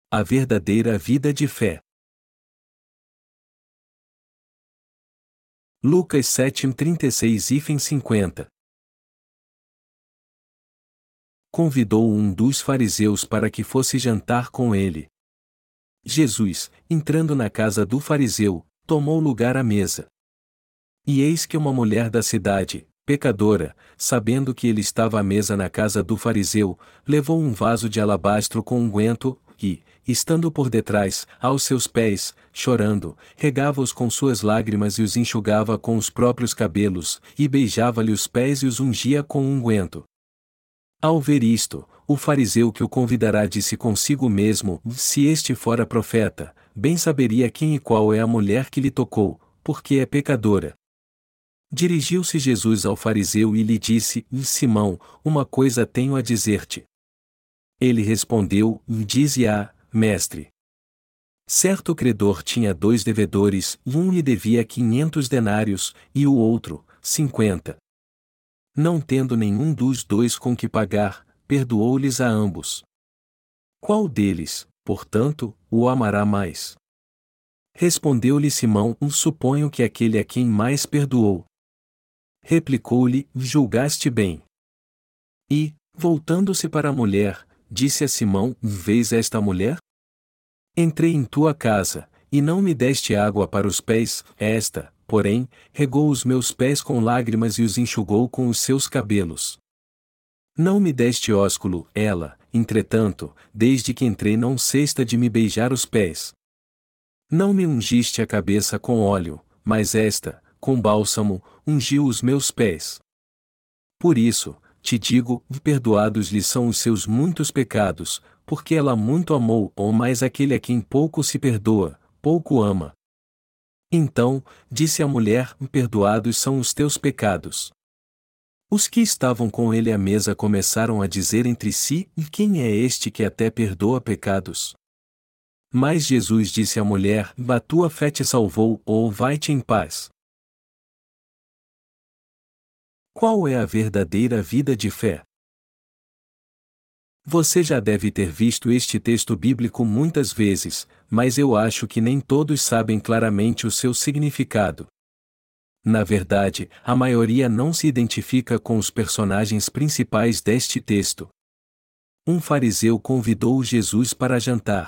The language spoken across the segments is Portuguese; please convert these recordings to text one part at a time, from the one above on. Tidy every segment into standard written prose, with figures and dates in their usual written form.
A verdadeira vida de fé. Lucas 7:36-50. Convidou um dos fariseus para que fosse jantar com ele. Jesus, entrando na casa do fariseu, tomou lugar à mesa. E eis que uma mulher da cidade, pecadora, sabendo que ele estava à mesa na casa do fariseu, levou um vaso de alabastro com unguento, e, estando por detrás, aos seus pés, chorando, regava-os com suas lágrimas e os enxugava com os próprios cabelos, e beijava-lhe os pés e os ungia com unguento. Ao ver isto, o fariseu que o convidará disse consigo mesmo: se este fora profeta, bem saberia quem e qual é a mulher que lhe tocou, porque é pecadora. Dirigiu-se Jesus ao fariseu e lhe disse: Simão, uma coisa tenho a dizer-te. Ele respondeu: dize-a, mestre. Certo credor tinha 2 devedores, um lhe devia 500 denários, e o outro, 50. Não tendo nenhum dos 2 com que pagar, perdoou-lhes a ambos. Qual deles, portanto, o amará mais? Respondeu-lhe Simão: suponho que aquele a quem mais perdoou. Replicou-lhe: julgaste bem. E, voltando-se para a mulher, disse a Simão: vês esta mulher? Entrei em tua casa, e não me deste água para os pés, esta, porém, regou os meus pés com lágrimas e os enxugou com os seus cabelos. Não me deste ósculo, ela, entretanto, desde que entrei não cessa de me beijar os pés. Não me ungiste a cabeça com óleo, mas esta, com bálsamo, ungiu os meus pés. Por isso, te digo, perdoados lhe são os seus muitos pecados, porque ela muito amou, ou mais aquele a quem pouco se perdoa, pouco ama. Então, disse a mulher: perdoados são os teus pecados. Os que estavam com ele à mesa começaram a dizer entre si: quem é este que até perdoa pecados? Mas Jesus disse à mulher: a tua fé te salvou, ou vai-te em paz. Qual é a verdadeira vida de fé? Você já deve ter visto este texto bíblico muitas vezes, mas eu acho que nem todos sabem claramente o seu significado. Na verdade, a maioria não se identifica com os personagens principais deste texto. Um fariseu convidou Jesus para jantar.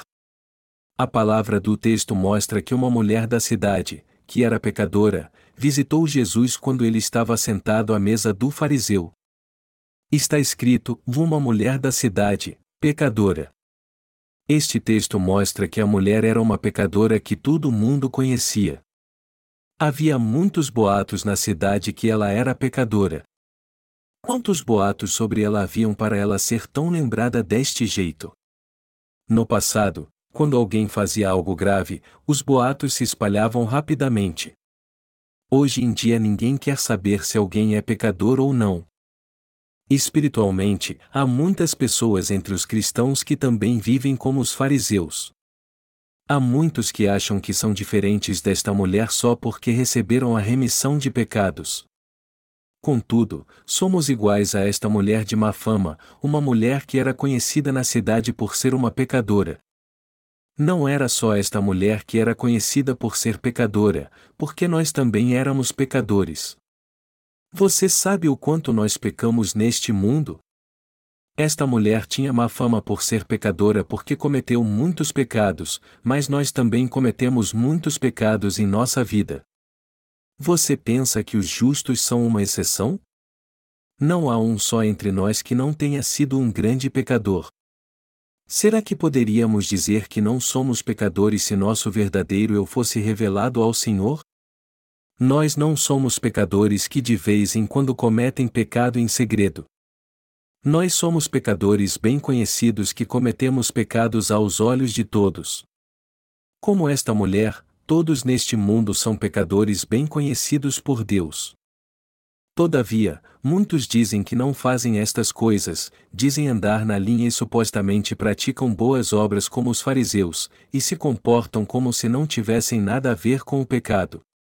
A palavra do texto mostra que uma mulher da cidade, que era pecadora, visitou Jesus quando ele estava sentado à mesa do fariseu. Está escrito: uma mulher da cidade, pecadora. Este texto mostra que a mulher era uma pecadora que todo mundo conhecia. Havia muitos boatos na cidade que ela era pecadora. Quantos boatos sobre ela haviam para ela ser tão lembrada deste jeito? No passado, quando alguém fazia algo grave, os boatos se espalhavam rapidamente. Hoje em dia ninguém quer saber se alguém é pecador ou não. Espiritualmente, há muitas pessoas entre os cristãos que também vivem como os fariseus. Há muitos que acham que são diferentes desta mulher só porque receberam a remissão de pecados. Contudo, somos iguais a esta mulher de má fama, uma mulher que era conhecida na cidade por ser uma pecadora. Não era só esta mulher que era conhecida por ser pecadora, porque nós também éramos pecadores. Você sabe o quanto nós pecamos neste mundo? Esta mulher tinha má fama por ser pecadora porque cometeu muitos pecados, mas nós também cometemos muitos pecados em nossa vida. Você pensa que os justos são uma exceção? Não há um só entre nós que não tenha sido um grande pecador. Será que poderíamos dizer que não somos pecadores se nosso verdadeiro eu fosse revelado ao Senhor? Nós não somos pecadores que de vez em quando cometem pecado em segredo. Nós somos pecadores bem conhecidos que cometemos pecados aos olhos de todos. Como esta mulher, todos neste mundo são pecadores bem conhecidos por Deus. Todavia, muitos dizem que não fazem estas coisas, dizem andar na linha e supostamente praticam boas obras como os fariseus, e se comportam como se não tivessem nada a ver com o pecado.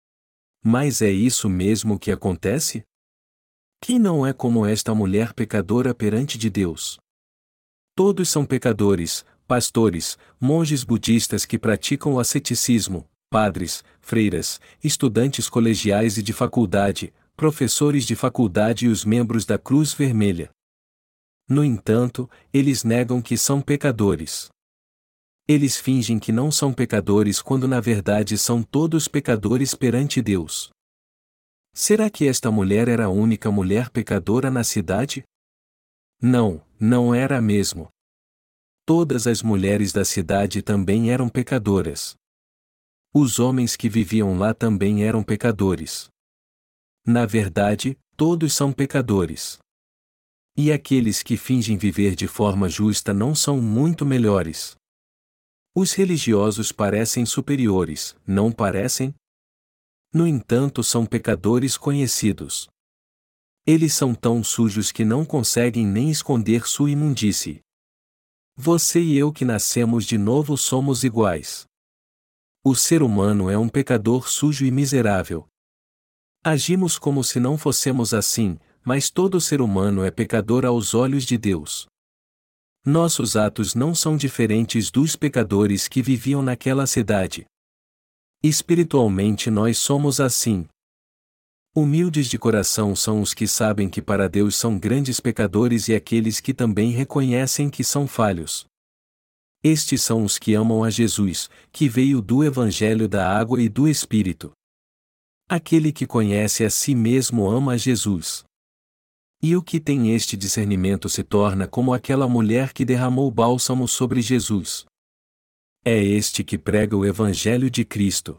Mas é isso mesmo que acontece? Quem não é como esta mulher pecadora perante de Deus? Todos são pecadores, pastores, monges budistas que praticam o asceticismo, padres, freiras, estudantes colegiais e de faculdade, professores de faculdade e os membros da Cruz Vermelha. No entanto, eles negam que são pecadores. Eles fingem que não são pecadores quando na verdade são todos pecadores perante Deus. Será que esta mulher era a única mulher pecadora na cidade? Não, não era mesmo. Todas as mulheres da cidade também eram pecadoras. Os homens que viviam lá também eram pecadores. Na verdade, todos são pecadores. E aqueles que fingem viver de forma justa não são muito melhores. Os religiosos parecem superiores, não parecem? No entanto, são pecadores conhecidos. Eles são tão sujos que não conseguem nem esconder sua imundície. Você e eu que nascemos de novo somos iguais. O ser humano é um pecador sujo e miserável. Agimos como se não fossemos assim, mas todo ser humano é pecador aos olhos de Deus. Nossos atos não são diferentes dos pecadores que viviam naquela cidade. Espiritualmente nós somos assim. Humildes de coração são os que sabem que para Deus são grandes pecadores e aqueles que também reconhecem que são falhos. Estes são os que amam a Jesus, que veio do Evangelho da Água e do Espírito. Aquele que conhece a si mesmo ama a Jesus. E o que tem este discernimento se torna como aquela mulher que derramou bálsamo sobre Jesus. É este que prega o Evangelho de Cristo.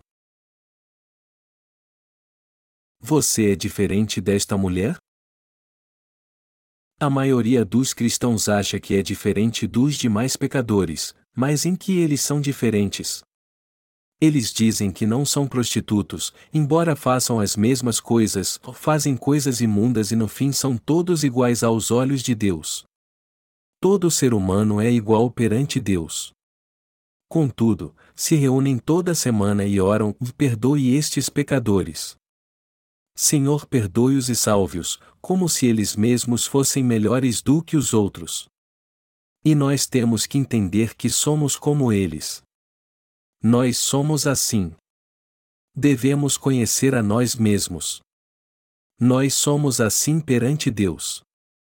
Você é diferente desta mulher? A maioria dos cristãos acha que é diferente dos demais pecadores, mas em que eles são diferentes? Eles dizem que não são prostitutos, embora façam as mesmas coisas, fazem coisas imundas e no fim são todos iguais aos olhos de Deus. Todo ser humano é igual perante Deus. Contudo, se reúnem toda semana e oram: perdoe estes pecadores. Senhor, perdoe-os e salve-os, como se eles mesmos fossem melhores do que os outros. E nós temos que entender que somos como eles. Nós somos assim. Devemos conhecer a nós mesmos. Nós somos assim perante Deus.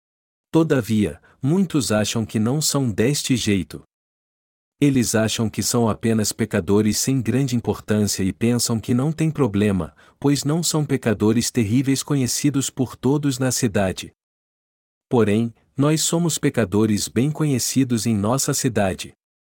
Todavia, muitos acham que não são deste jeito. Eles acham que são apenas pecadores sem grande importância e pensam que não tem problema, pois não são pecadores terríveis conhecidos por todos na cidade. Porém, nós somos pecadores bem conhecidos em nossa cidade.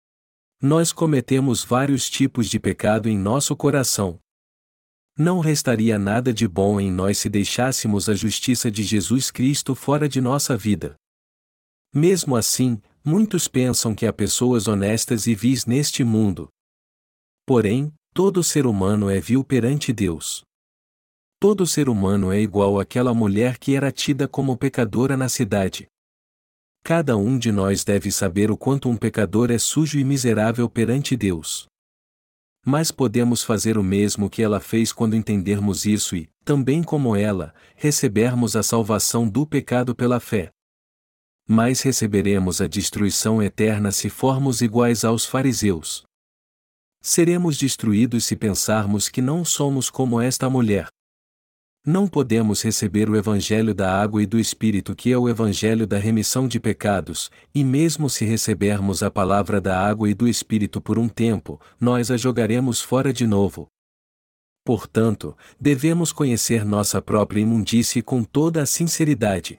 Nós cometemos vários tipos de pecado em nosso coração. Não restaria nada de bom em nós se deixássemos a justiça de Jesus Cristo fora de nossa vida. Mesmo assim, muitos pensam que há pessoas honestas e vis neste mundo. Porém, todo ser humano é vil perante Deus. Todo ser humano é igual àquela mulher que era tida como pecadora na cidade. Cada um de nós deve saber o quanto um pecador é sujo e miserável perante Deus. Mas podemos fazer o mesmo que ela fez quando entendermos isso e, também como ela, recebermos a salvação do pecado pela fé. Mas receberemos a destruição eterna se formos iguais aos fariseus. Seremos destruídos se pensarmos que não somos como esta mulher. Não podemos receber o Evangelho da Água e do Espírito, que é o Evangelho da remissão de pecados, e mesmo se recebermos a palavra da água e do Espírito por um tempo, nós a jogaremos fora de novo. Portanto, devemos conhecer nossa própria imundície com toda a sinceridade.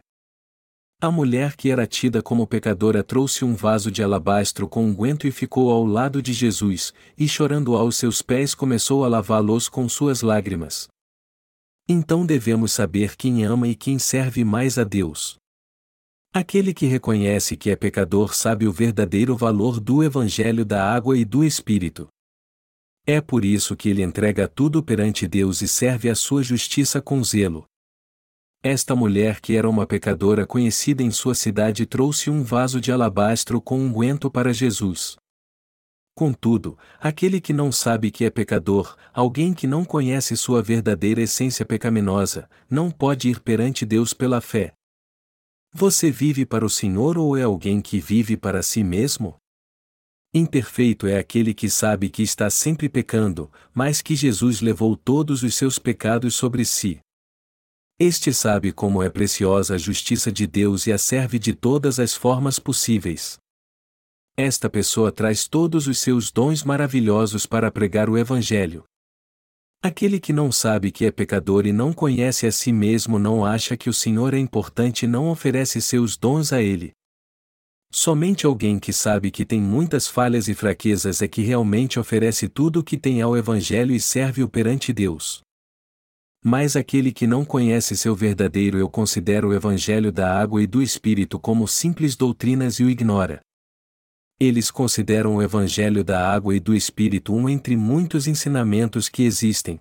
A mulher que era tida como pecadora trouxe um vaso de alabastro com unguento e ficou ao lado de Jesus, e chorando aos seus pés começou a lavá-los com suas lágrimas. Então devemos saber quem ama e quem serve mais a Deus. Aquele que reconhece que é pecador sabe o verdadeiro valor do Evangelho da Água e do Espírito. É por isso que ele entrega tudo perante Deus e serve a sua justiça com zelo. Esta mulher que era uma pecadora conhecida em sua cidade trouxe um vaso de alabastro com unguento para Jesus. Contudo, aquele que não sabe que é pecador, alguém que não conhece sua verdadeira essência pecaminosa, não pode ir perante Deus pela fé. Você vive para o Senhor ou é alguém que vive para si mesmo? Imperfeito é aquele que sabe que está sempre pecando, mas que Jesus levou todos os seus pecados sobre si. Este sabe como é preciosa a justiça de Deus e a serve de todas as formas possíveis. Esta pessoa traz todos os seus dons maravilhosos para pregar o Evangelho. Aquele que não sabe que é pecador e não conhece a si mesmo não acha que o Senhor é importante e não oferece seus dons a ele. Somente alguém que sabe que tem muitas falhas e fraquezas é que realmente oferece tudo o que tem ao Evangelho e serve-o perante Deus. Mas aquele que não conhece seu verdadeiro eu considera o Evangelho da água e do Espírito como simples doutrinas e o ignora. Eles consideram o Evangelho da água e do Espírito um entre muitos ensinamentos que existem.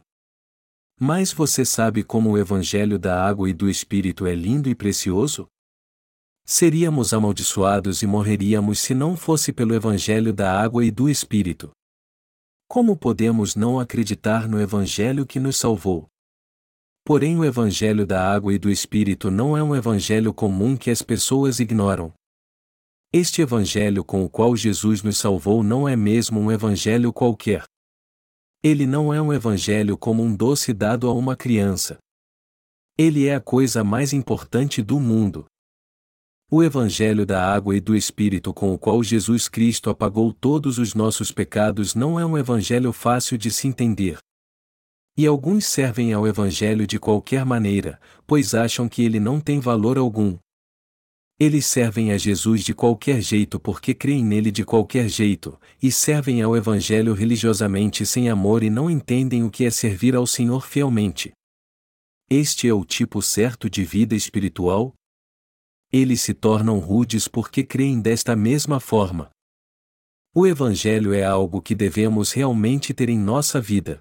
Mas você sabe como o Evangelho da água e do Espírito é lindo e precioso? Seríamos amaldiçoados e morreríamos se não fosse pelo Evangelho da água e do Espírito. Como podemos não acreditar no Evangelho que nos salvou? Porém, o Evangelho da água e do Espírito não é um evangelho comum que as pessoas ignoram. Este Evangelho com o qual Jesus nos salvou não é mesmo um evangelho qualquer. Ele não é um evangelho como um doce dado a uma criança. Ele é a coisa mais importante do mundo. O Evangelho da água e do Espírito com o qual Jesus Cristo apagou todos os nossos pecados não é um evangelho fácil de se entender. E alguns servem ao Evangelho de qualquer maneira, pois acham que ele não tem valor algum. Eles servem a Jesus de qualquer jeito porque creem nele de qualquer jeito, e servem ao Evangelho religiosamente sem amor e não entendem o que é servir ao Senhor fielmente. Este é o tipo certo de vida espiritual? Eles se tornam rudes porque creem desta mesma forma. O Evangelho é algo que devemos realmente ter em nossa vida.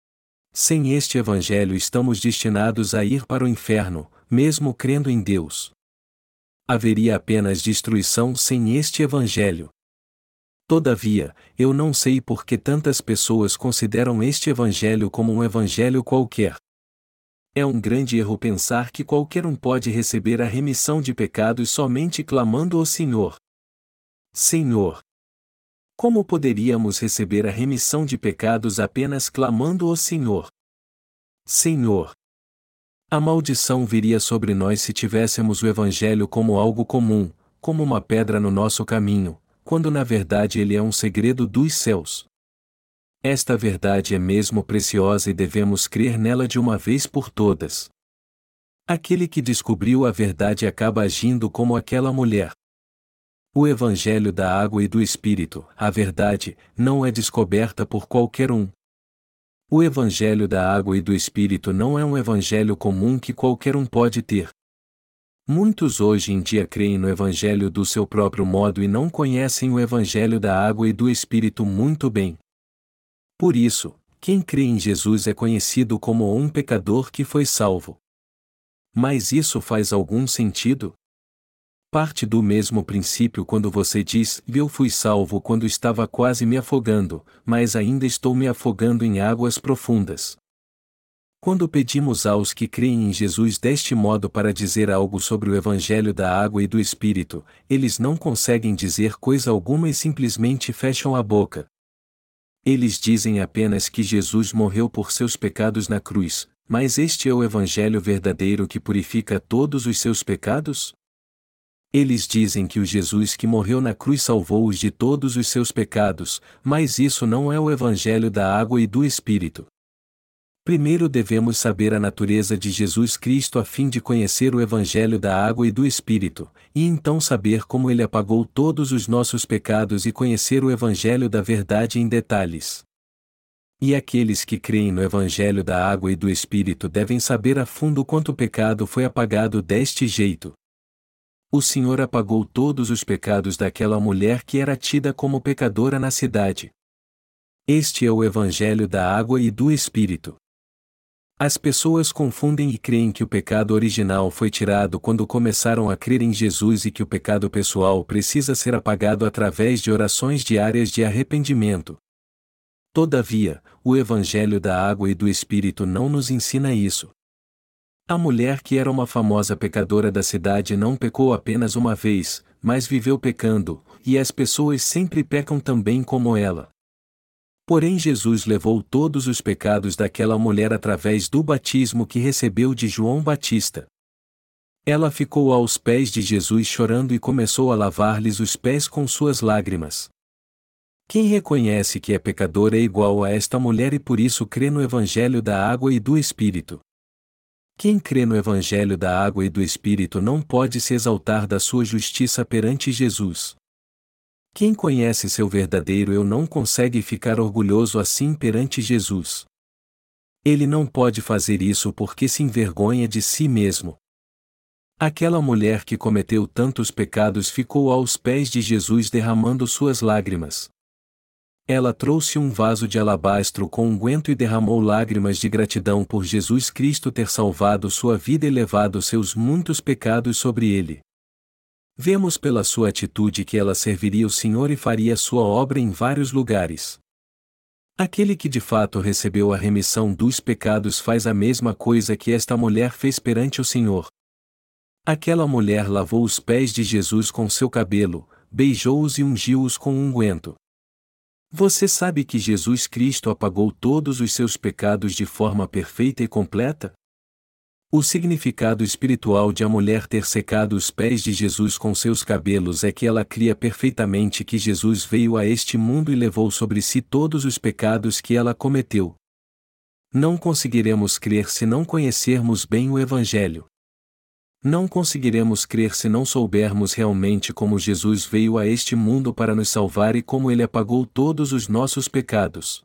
Sem este Evangelho estamos destinados a ir para o inferno, mesmo crendo em Deus. Haveria apenas destruição sem este Evangelho. Todavia, eu não sei por que tantas pessoas consideram este Evangelho como um evangelho qualquer. É um grande erro pensar que qualquer um pode receber a remissão de pecados somente clamando ao Senhor. Senhor! Como poderíamos receber a remissão de pecados apenas clamando ao Senhor? Senhor! A maldição viria sobre nós se tivéssemos o Evangelho como algo comum, como uma pedra no nosso caminho, quando na verdade ele é um segredo dos céus. Esta verdade é mesmo preciosa e devemos crer nela de uma vez por todas. Aquele que descobriu a verdade acaba agindo como aquela mulher. O Evangelho da água e do Espírito, a verdade, não é descoberta por qualquer um. O Evangelho da água e do Espírito não é um evangelho comum que qualquer um pode ter. Muitos hoje em dia creem no Evangelho do seu próprio modo e não conhecem o Evangelho da água e do Espírito muito bem. Por isso, quem crê em Jesus é conhecido como um pecador que foi salvo. Mas isso faz algum sentido? Parte do mesmo princípio quando você diz: eu fui salvo quando estava quase me afogando, mas ainda estou me afogando em águas profundas. Quando pedimos aos que creem em Jesus deste modo para dizer algo sobre o Evangelho da água e do Espírito, eles não conseguem dizer coisa alguma e simplesmente fecham a boca. Eles dizem apenas que Jesus morreu por seus pecados na cruz, mas este é o Evangelho verdadeiro que purifica todos os seus pecados? Eles dizem que o Jesus que morreu na cruz salvou-os de todos os seus pecados, mas isso não é o Evangelho da água e do Espírito. Primeiro devemos saber a natureza de Jesus Cristo a fim de conhecer o Evangelho da água e do Espírito, e então saber como ele apagou todos os nossos pecados e conhecer o Evangelho da verdade em detalhes. E aqueles que creem no Evangelho da água e do Espírito devem saber a fundo quanto pecado foi apagado deste jeito. O Senhor apagou todos os pecados daquela mulher que era tida como pecadora na cidade. Este é o Evangelho da água e do Espírito. As pessoas confundem e creem que o pecado original foi tirado quando começaram a crer em Jesus e que o pecado pessoal precisa ser apagado através de orações diárias de arrependimento. Todavia, o Evangelho da água e do Espírito não nos ensina isso. A mulher que era uma famosa pecadora da cidade não pecou apenas uma vez, mas viveu pecando, e as pessoas sempre pecam também como ela. Porém Jesus levou todos os pecados daquela mulher através do batismo que recebeu de João Batista. Ela ficou aos pés de Jesus chorando e começou a lavar-lhes os pés com suas lágrimas. Quem reconhece que é pecador é igual a esta mulher e por isso crê no Evangelho da água e do Espírito. Quem crê no Evangelho da água e do Espírito não pode se exaltar da sua justiça perante Jesus. Quem conhece seu verdadeiro eu não consegue ficar orgulhoso assim perante Jesus. Ele não pode fazer isso porque se envergonha de si mesmo. Aquela mulher que cometeu tantos pecados ficou aos pés de Jesus derramando suas lágrimas. Ela trouxe um vaso de alabastro com unguento e derramou lágrimas de gratidão por Jesus Cristo ter salvado sua vida e levado seus muitos pecados sobre ele. Vemos pela sua atitude que ela serviria o Senhor e faria sua obra em vários lugares. Aquele que de fato recebeu a remissão dos pecados faz a mesma coisa que esta mulher fez perante o Senhor. Aquela mulher lavou os pés de Jesus com seu cabelo, beijou-os e ungiu-os com unguento. Você sabe que Jesus Cristo apagou todos os seus pecados de forma perfeita e completa? O significado espiritual de a mulher ter secado os pés de Jesus com seus cabelos é que ela cria perfeitamente que Jesus veio a este mundo e levou sobre si todos os pecados que ela cometeu. Não conseguiremos crer se não conhecermos bem o Evangelho. Não conseguiremos crer se não soubermos realmente como Jesus veio a este mundo para nos salvar e como ele apagou todos os nossos pecados.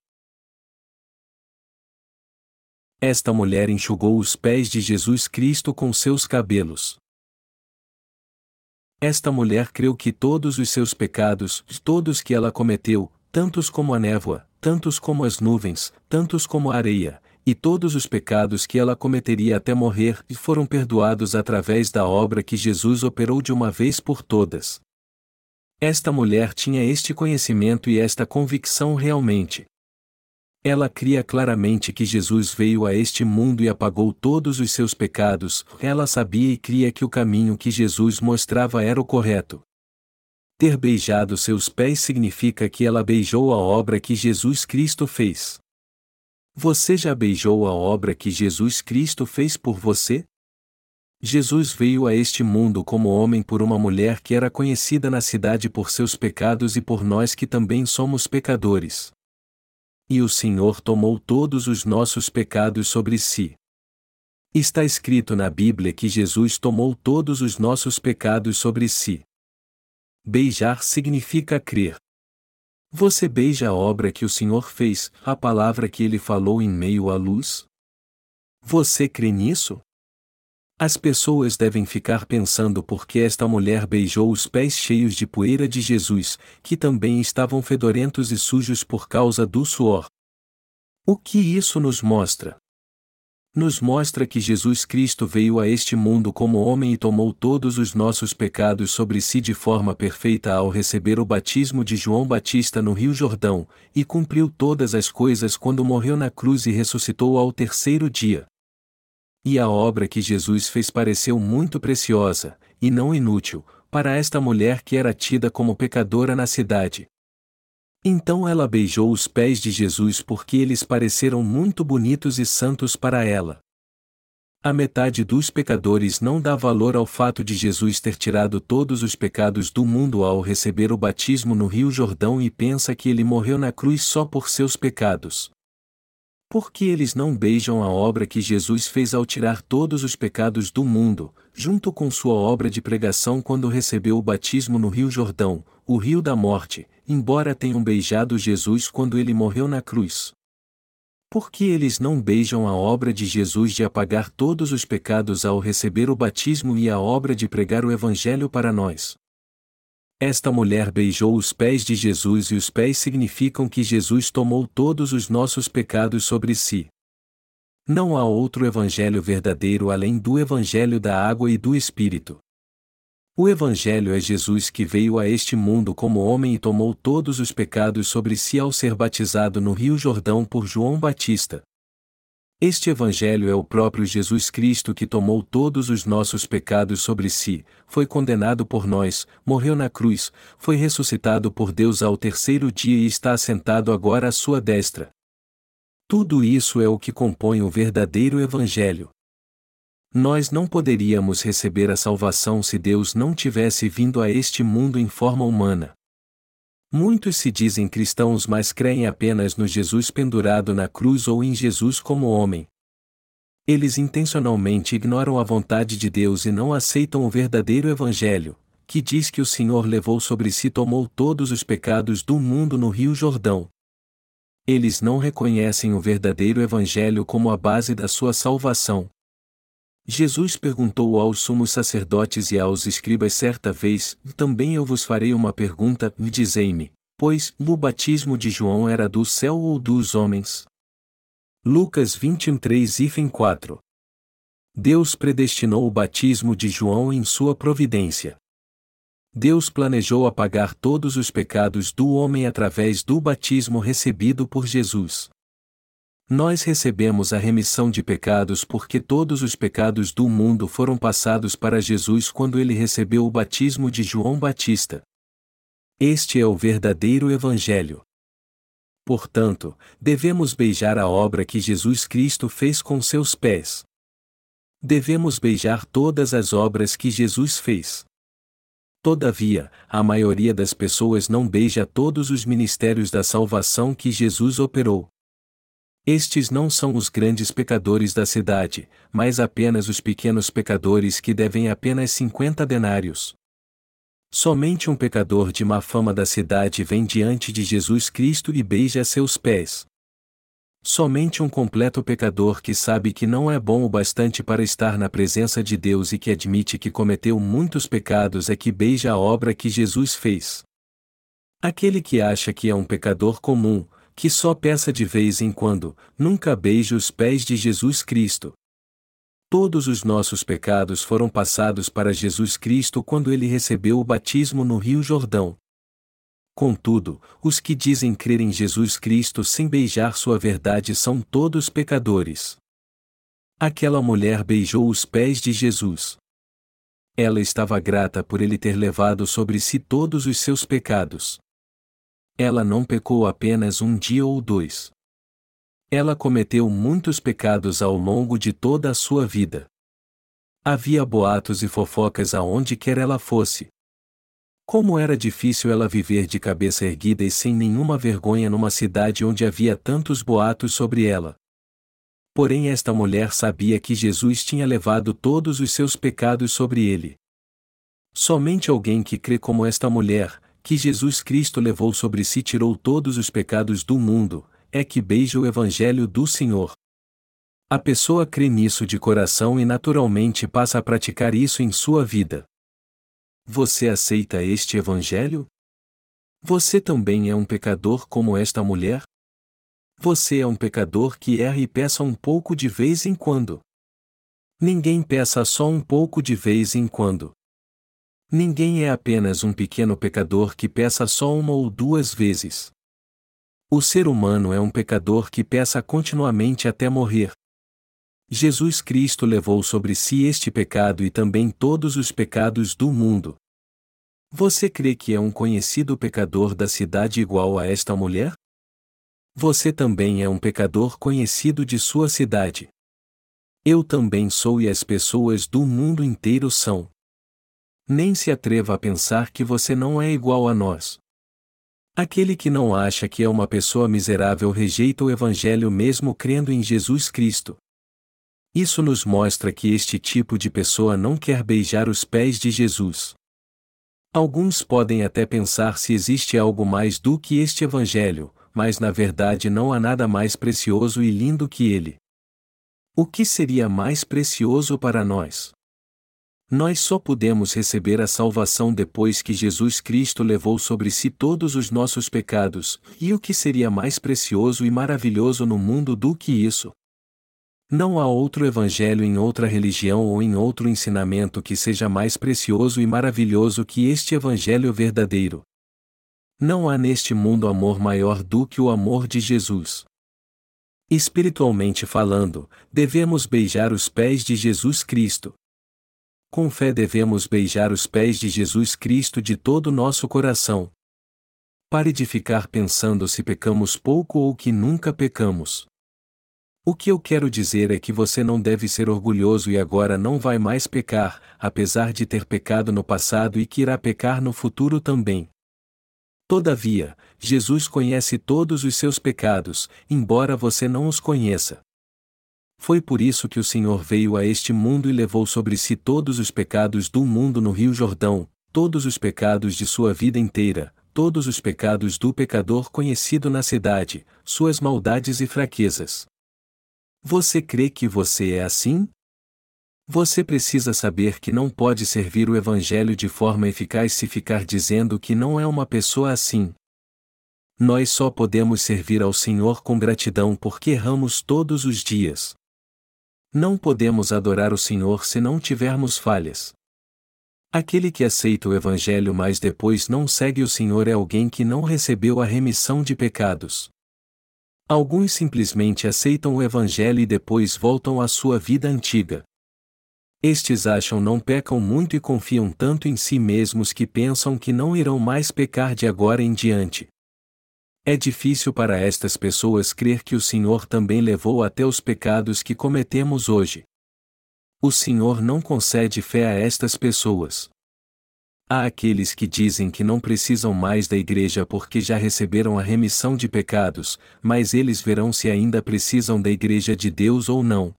Esta mulher enxugou os pés de Jesus Cristo com seus cabelos. Esta mulher creu que todos os seus pecados, todos que ela cometeu, tantos como a névoa, tantos como as nuvens, tantos como a areia, e todos os pecados que ela cometeria até morrer, foram perdoados através da obra que Jesus operou de uma vez por todas. Esta mulher tinha este conhecimento e esta convicção realmente. Ela cria claramente que Jesus veio a este mundo e apagou todos os seus pecados, ela sabia e cria que o caminho que Jesus mostrava era o correto. Ter beijado seus pés significa que ela beijou a obra que Jesus Cristo fez. Você já beijou a obra que Jesus Cristo fez por você? Jesus veio a este mundo como homem por uma mulher que era conhecida na cidade por seus pecados e por nós que também somos pecadores. E o Senhor tomou todos os nossos pecados sobre si. Está escrito na Bíblia que Jesus tomou todos os nossos pecados sobre si. Beijar significa crer. Você beija a obra que o Senhor fez, a palavra que ele falou em meio à luz? Você crê nisso? As pessoas devem ficar pensando por que esta mulher beijou os pés cheios de poeira de Jesus, que também estavam fedorentos e sujos por causa do suor. O que isso nos mostra? Nos mostra que Jesus Cristo veio a este mundo como homem e tomou todos os nossos pecados sobre si de forma perfeita ao receber o batismo de João Batista no Rio Jordão, e cumpriu todas as coisas quando morreu na cruz e ressuscitou ao terceiro dia. E a obra que Jesus fez pareceu muito preciosa, e não inútil, para esta mulher que era tida como pecadora na cidade. Então ela beijou os pés de Jesus porque eles pareceram muito bonitos e santos para ela. A metade dos pecadores não dá valor ao fato de Jesus ter tirado todos os pecados do mundo ao receber o batismo no Rio Jordão e pensa que ele morreu na cruz só por seus pecados. Por que eles não beijam a obra que Jesus fez ao tirar todos os pecados do mundo, junto com sua obra de pregação quando recebeu o batismo no Rio Jordão, o rio da morte, embora tenham beijado Jesus quando ele morreu na cruz? Por que eles não beijam a obra de Jesus de apagar todos os pecados ao receber o batismo e a obra de pregar o Evangelho para nós? Esta mulher beijou os pés de Jesus e os pés significam que Jesus tomou todos os nossos pecados sobre si. Não há outro Evangelho verdadeiro além do Evangelho da água e do Espírito. O Evangelho é Jesus que veio a este mundo como homem e tomou todos os pecados sobre si ao ser batizado no Rio Jordão por João Batista. Este Evangelho é o próprio Jesus Cristo que tomou todos os nossos pecados sobre si, foi condenado por nós, morreu na cruz, foi ressuscitado por Deus ao terceiro dia e está assentado agora à sua destra. Tudo isso é o que compõe o verdadeiro Evangelho. Nós não poderíamos receber a salvação se Deus não tivesse vindo a este mundo em forma humana. Muitos se dizem cristãos, mas creem apenas no Jesus pendurado na cruz ou em Jesus como homem. Eles intencionalmente ignoram a vontade de Deus e não aceitam o verdadeiro Evangelho, que diz que o Senhor levou sobre si e tomou todos os pecados do mundo no Rio Jordão. Eles não reconhecem o verdadeiro Evangelho como a base da sua salvação. Jesus perguntou aos sumos sacerdotes e aos escribas certa vez: também eu vos farei uma pergunta, dizei-me, pois, o batismo de João era do céu ou dos homens? Lucas 21:3-4. Deus predestinou o batismo de João em sua providência. Deus planejou apagar todos os pecados do homem através do batismo recebido por Jesus. Nós recebemos a remissão de pecados porque todos os pecados do mundo foram passados para Jesus quando ele recebeu o batismo de João Batista. Este é o verdadeiro Evangelho. Portanto, devemos beijar a obra que Jesus Cristo fez com seus pés. Devemos beijar todas as obras que Jesus fez. Todavia, a maioria das pessoas não beija todos os ministérios da salvação que Jesus operou. Estes não são os grandes pecadores da cidade, mas apenas os pequenos pecadores que devem apenas 50 denários. Somente um pecador de má fama da cidade vem diante de Jesus Cristo e beija seus pés. Somente um completo pecador que sabe que não é bom o bastante para estar na presença de Deus e que admite que cometeu muitos pecados é que beija a obra que Jesus fez. Aquele que acha que é um pecador comum, que só peça de vez em quando, nunca beija os pés de Jesus Cristo. Todos os nossos pecados foram passados para Jesus Cristo quando ele recebeu o batismo no Rio Jordão. Contudo, os que dizem crer em Jesus Cristo sem beijar sua verdade são todos pecadores. Aquela mulher beijou os pés de Jesus. Ela estava grata por ele ter levado sobre si todos os seus pecados. Ela não pecou apenas um dia ou dois. Ela cometeu muitos pecados ao longo de toda a sua vida. Havia boatos e fofocas aonde quer ela fosse. Como era difícil ela viver de cabeça erguida e sem nenhuma vergonha numa cidade onde havia tantos boatos sobre ela. Porém esta mulher sabia que Jesus tinha levado todos os seus pecados sobre ele. Somente alguém que crê como esta mulher, que Jesus Cristo levou sobre si e tirou todos os pecados do mundo, é que beija o Evangelho do Senhor. A pessoa crê nisso de coração e naturalmente passa a praticar isso em sua vida. Você aceita este Evangelho? Você também é um pecador como esta mulher? Você é um pecador que erra e peça um pouco de vez em quando. Ninguém peça só um pouco de vez em quando. Ninguém é apenas um pequeno pecador que peça só uma ou duas vezes. O ser humano é um pecador que peça continuamente até morrer. Jesus Cristo levou sobre si este pecado e também todos os pecados do mundo. Você crê que é um conhecido pecador da cidade igual a esta mulher? Você também é um pecador conhecido de sua cidade. Eu também sou e as pessoas do mundo inteiro são. Nem se atreva a pensar que você não é igual a nós. Aquele que não acha que é uma pessoa miserável rejeita o Evangelho mesmo crendo em Jesus Cristo. Isso nos mostra que este tipo de pessoa não quer beijar os pés de Jesus. Alguns podem até pensar se existe algo mais do que este Evangelho, mas na verdade não há nada mais precioso e lindo que ele. O que seria mais precioso para nós? Nós só podemos receber a salvação depois que Jesus Cristo levou sobre si todos os nossos pecados, e o que seria mais precioso e maravilhoso no mundo do que isso? Não há outro evangelho em outra religião ou em outro ensinamento que seja mais precioso e maravilhoso que este evangelho verdadeiro. Não há neste mundo amor maior do que o amor de Jesus. Espiritualmente falando, devemos beijar os pés de Jesus Cristo. Com fé devemos beijar os pés de Jesus Cristo de todo o nosso coração. Pare de ficar pensando se pecamos pouco ou que nunca pecamos. O que eu quero dizer é que você não deve ser orgulhoso e agora não vai mais pecar, apesar de ter pecado no passado e que irá pecar no futuro também. Todavia, Jesus conhece todos os seus pecados, embora você não os conheça. Foi por isso que o Senhor veio a este mundo e levou sobre si todos os pecados do mundo no Rio Jordão, todos os pecados de sua vida inteira, todos os pecados do pecador conhecido na cidade, suas maldades e fraquezas. Você crê que você é assim? Você precisa saber que não pode servir o Evangelho de forma eficaz se ficar dizendo que não é uma pessoa assim. Nós só podemos servir ao Senhor com gratidão porque erramos todos os dias. Não podemos adorar o Senhor se não tivermos falhas. Aquele que aceita o Evangelho mas depois não segue o Senhor é alguém que não recebeu a remissão de pecados. Alguns simplesmente aceitam o Evangelho e depois voltam à sua vida antiga. Estes acham não pecam muito e confiam tanto em si mesmos que pensam que não irão mais pecar de agora em diante. É difícil para estas pessoas crer que o Senhor também levou até os pecados que cometemos hoje. O Senhor não concede fé a estas pessoas. Há aqueles que dizem que não precisam mais da igreja porque já receberam a remissão de pecados, mas eles verão se ainda precisam da igreja de Deus ou não.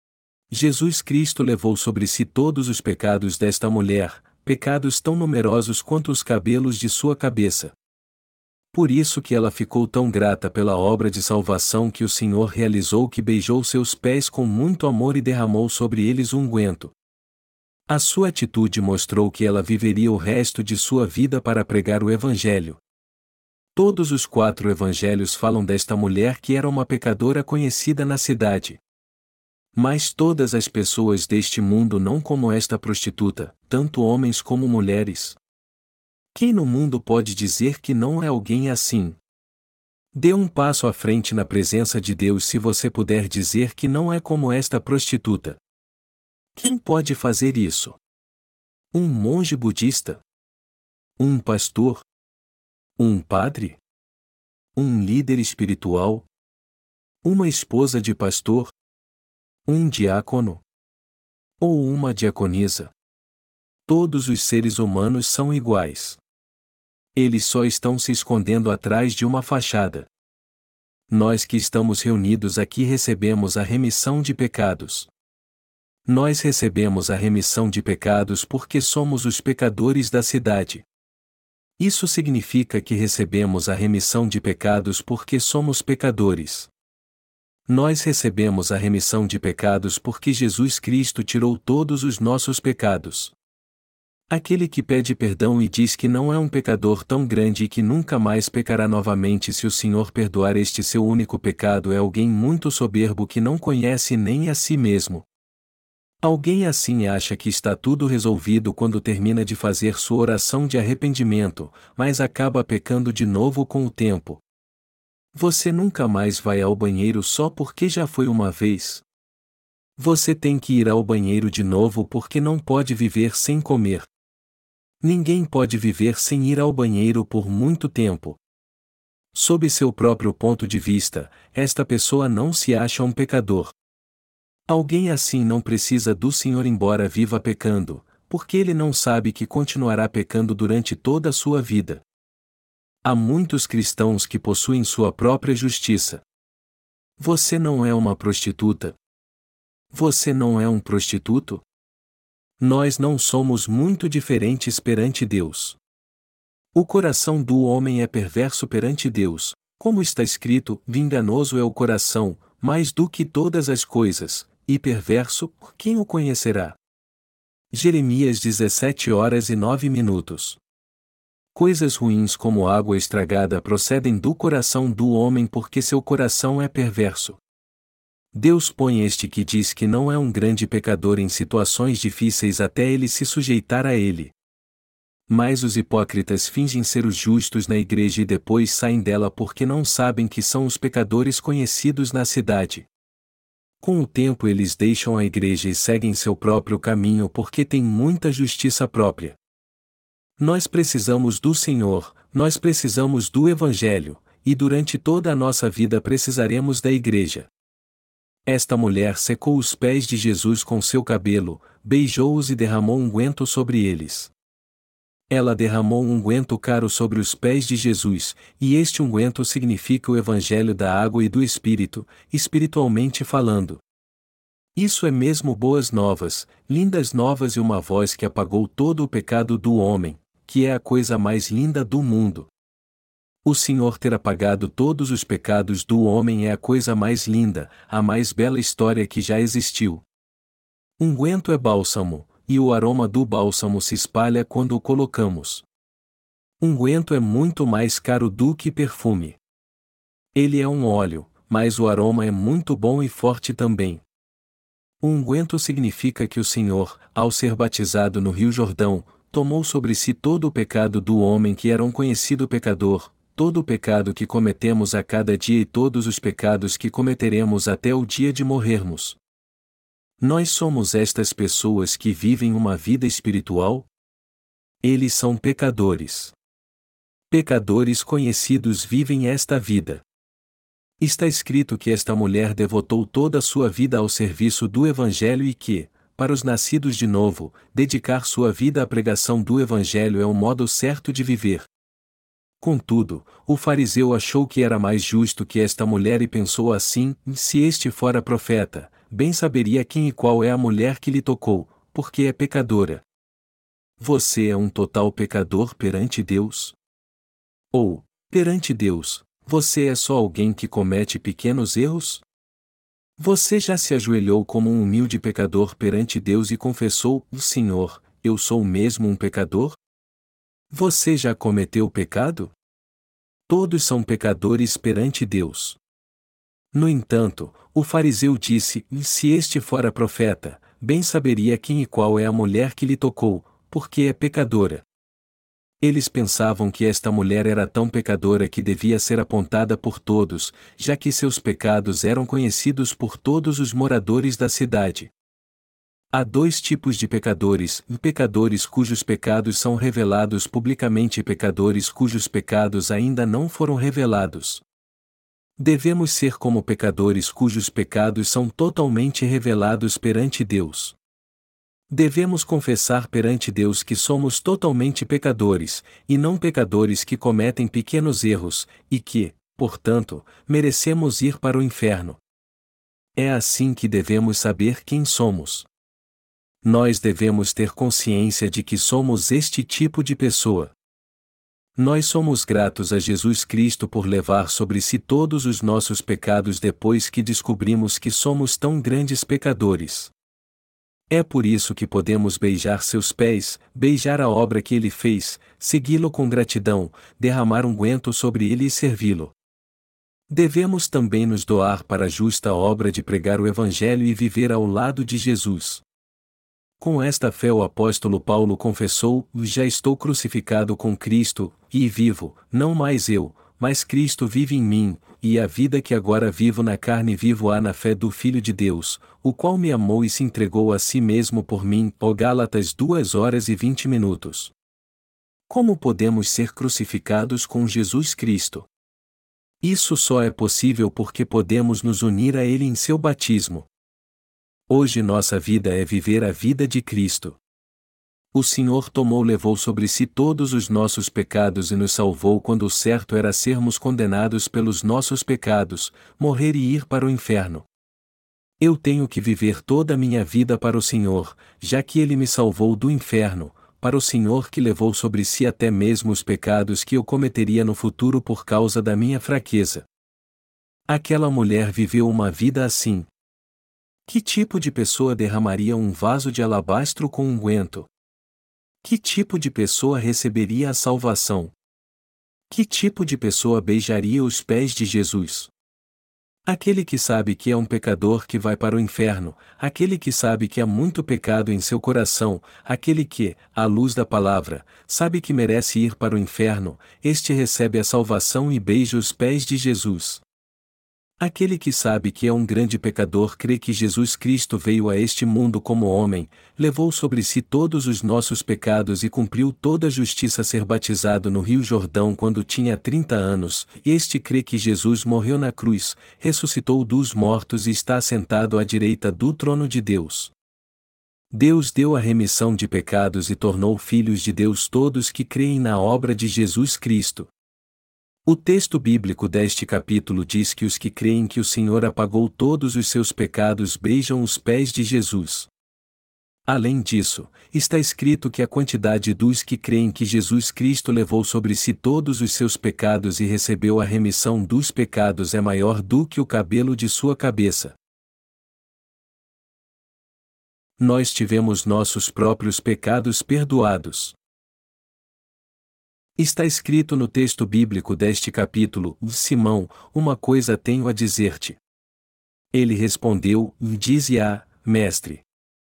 Jesus Cristo levou sobre si todos os pecados desta mulher, pecados tão numerosos quanto os cabelos de sua cabeça. Por isso que ela ficou tão grata pela obra de salvação que o Senhor realizou que beijou seus pés com muito amor e derramou sobre eles unguento. A sua atitude mostrou que ela viveria o resto de sua vida para pregar o Evangelho. Todos os 4 evangelhos falam desta mulher que era uma pecadora conhecida na cidade. Mas todas as pessoas deste mundo não como esta prostituta, tanto homens como mulheres. Quem no mundo pode dizer que não é alguém assim? Dê um passo à frente na presença de Deus se você puder dizer que não é como esta prostituta. Quem pode fazer isso? Um monge budista? Um pastor? Um padre? Um líder espiritual? Uma esposa de pastor? Um diácono? Ou uma diaconisa? Todos os seres humanos são iguais. Eles só estão se escondendo atrás de uma fachada. Nós que estamos reunidos aqui recebemos a remissão de pecados. Nós recebemos a remissão de pecados porque somos os pecadores da cidade. Isso significa que recebemos a remissão de pecados porque somos pecadores. Nós recebemos a remissão de pecados porque Jesus Cristo tirou todos os nossos pecados. Aquele que pede perdão e diz que não é um pecador tão grande e que nunca mais pecará novamente se o Senhor perdoar este seu único pecado é alguém muito soberbo que não conhece nem a si mesmo. Alguém assim acha que está tudo resolvido quando termina de fazer sua oração de arrependimento, mas acaba pecando de novo com o tempo. Você nunca mais vai ao banheiro só porque já foi uma vez. Você tem que ir ao banheiro de novo porque não pode viver sem comer. Ninguém pode viver sem ir ao banheiro por muito tempo. Sob seu próprio ponto de vista, esta pessoa não se acha um pecador. Alguém assim não precisa do Senhor embora viva pecando, porque ele não sabe que continuará pecando durante toda a sua vida. Há muitos cristãos que possuem sua própria justiça. Você não é uma prostituta. Você não é um prostituto? Nós não somos muito diferentes perante Deus. O coração do homem é perverso perante Deus, como está escrito, enganoso é o coração, mais do que todas as coisas, e perverso, quem o conhecerá? Jeremias 17h09. Coisas ruins como água estragada procedem do coração do homem porque seu coração é perverso. Deus põe este que diz que não é um grande pecador em situações difíceis até ele se sujeitar a ele. Mas os hipócritas fingem ser os justos na igreja e depois saem dela porque não sabem que são os pecadores conhecidos na cidade. Com o tempo eles deixam a igreja e seguem seu próprio caminho porque têm muita justiça própria. Nós precisamos do Senhor, nós precisamos do Evangelho, e durante toda a nossa vida precisaremos da igreja. Esta mulher secou os pés de Jesus com seu cabelo, beijou-os e derramou unguento sobre eles. Ela derramou um unguento caro sobre os pés de Jesus, e este unguento significa o Evangelho da água e do Espírito, espiritualmente falando. Isso é mesmo boas novas, lindas novas e uma voz que apagou todo o pecado do homem, que é a coisa mais linda do mundo. O Senhor ter apagado todos os pecados do homem é a coisa mais linda, a mais bela história que já existiu. Unguento é bálsamo, e o aroma do bálsamo se espalha quando o colocamos. Unguento é muito mais caro do que perfume. Ele é um óleo, mas o aroma é muito bom e forte também. O unguento significa que o Senhor, ao ser batizado no Rio Jordão, tomou sobre si todo o pecado do homem que era um conhecido pecador, todo o pecado que cometemos a cada dia e todos os pecados que cometeremos até o dia de morrermos. Nós somos estas pessoas que vivem uma vida espiritual? Eles são pecadores. Pecadores conhecidos vivem esta vida. Está escrito que esta mulher devotou toda a sua vida ao serviço do Evangelho e que, para os nascidos de novo, dedicar sua vida à pregação do Evangelho é o modo certo de viver. Contudo, o fariseu achou que era mais justo que esta mulher e pensou assim: se este fora profeta, bem saberia quem e qual é a mulher que lhe tocou, porque é pecadora. Você é um total pecador perante Deus? Ou, perante Deus, você é só alguém que comete pequenos erros? Você já se ajoelhou como um humilde pecador perante Deus e confessou: Senhor, eu sou mesmo um pecador? Você já cometeu pecado? Todos são pecadores perante Deus. No entanto, o fariseu disse: se este fora profeta, bem saberia quem e qual é a mulher que lhe tocou, porque é pecadora. Eles pensavam que esta mulher era tão pecadora que devia ser apontada por todos, já que seus pecados eram conhecidos por todos os moradores da cidade. Há dois tipos de pecadores: pecadores cujos pecados são revelados publicamente e pecadores cujos pecados ainda não foram revelados. Devemos ser como pecadores cujos pecados são totalmente revelados perante Deus. Devemos confessar perante Deus que somos totalmente pecadores, e não pecadores que cometem pequenos erros, e que, portanto, merecemos ir para o inferno. É assim que devemos saber quem somos. Nós devemos ter consciência de que somos este tipo de pessoa. Nós somos gratos a Jesus Cristo por levar sobre si todos os nossos pecados depois que descobrimos que somos tão grandes pecadores. É por isso que podemos beijar seus pés, beijar a obra que ele fez, segui-lo com gratidão, derramar unguento sobre ele e servi-lo. Devemos também nos doar para a justa obra de pregar o Evangelho e viver ao lado de Jesus. Com esta fé o apóstolo Paulo confessou: já estou crucificado com Cristo, e vivo, não mais eu, mas Cristo vive em mim, e a vida que agora vivo na carne vivo-a na fé do Filho de Deus, o qual me amou e se entregou a si mesmo por mim. Gálatas 2h20. Como podemos ser crucificados com Jesus Cristo? Isso só é possível porque podemos nos unir a Ele em seu batismo. Hoje nossa vida é viver a vida de Cristo. O Senhor levou sobre si todos os nossos pecados e nos salvou quando o certo era sermos condenados pelos nossos pecados, morrer e ir para o inferno. Eu tenho que viver toda a minha vida para o Senhor, já que Ele me salvou do inferno, para o Senhor que levou sobre si até mesmo os pecados que eu cometeria no futuro por causa da minha fraqueza. Aquela mulher viveu uma vida assim. Que tipo de pessoa derramaria um vaso de alabastro com unguento? Que tipo de pessoa receberia a salvação? Que tipo de pessoa beijaria os pés de Jesus? Aquele que sabe que é um pecador que vai para o inferno, aquele que sabe que há muito pecado em seu coração, aquele que, à luz da palavra, sabe que merece ir para o inferno, este recebe a salvação e beija os pés de Jesus. Aquele que sabe que é um grande pecador crê que Jesus Cristo veio a este mundo como homem, levou sobre si todos os nossos pecados e cumpriu toda a justiça ser batizado no Rio Jordão quando tinha 30 anos, e este crê que Jesus morreu na cruz, ressuscitou dos mortos e está assentado à direita do trono de Deus. Deus deu a remissão de pecados e tornou filhos de Deus todos que creem na obra de Jesus Cristo. O texto bíblico deste capítulo diz que os que creem que o Senhor apagou todos os seus pecados beijam os pés de Jesus. Além disso, está escrito que a quantidade dos que creem que Jesus Cristo levou sobre si todos os seus pecados e recebeu a remissão dos pecados é maior do que o cabelo de sua cabeça. Nós tivemos nossos próprios pecados perdoados. Está escrito no texto bíblico deste capítulo: Simão, uma coisa tenho a dizer-te. Ele respondeu: Dize-a, mestre.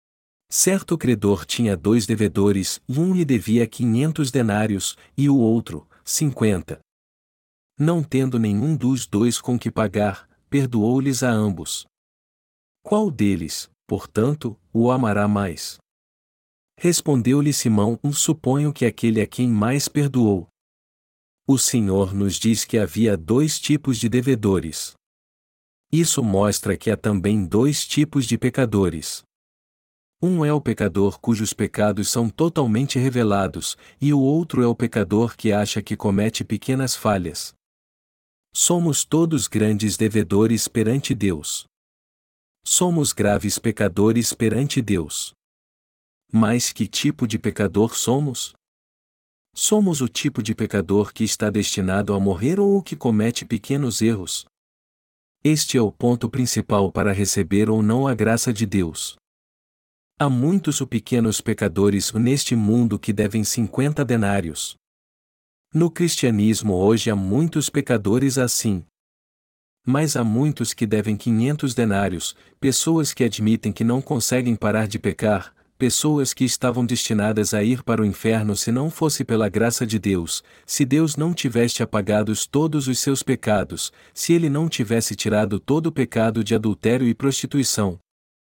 Certo credor tinha 2 devedores, um lhe devia 500 denários, e o outro, 50. Não tendo nenhum dos 2 com que pagar, perdoou-lhes a ambos. Qual deles, portanto, o amará mais? Respondeu-lhe Simão: Suponho que aquele a quem mais perdoou. O Senhor nos diz que havia 2 tipos de devedores. Isso mostra que há também 2 tipos de pecadores. Um é o pecador cujos pecados são totalmente revelados, e o outro é o pecador que acha que comete pequenas falhas. Somos todos grandes devedores perante Deus. Somos graves pecadores perante Deus. Mas que tipo de pecador somos? Somos o tipo de pecador que está destinado a morrer ou o que comete pequenos erros? Este é o ponto principal para receber ou não a graça de Deus. Há muitos pequenos pecadores neste mundo que devem 50 denários. No cristianismo hoje há muitos pecadores assim. Mas há muitos que devem 500 denários, pessoas que admitem que não conseguem parar de pecar, pessoas que estavam destinadas a ir para o inferno se não fosse pela graça de Deus, se Deus não tivesse apagado todos os seus pecados, se Ele não tivesse tirado todo o pecado de adultério e prostituição.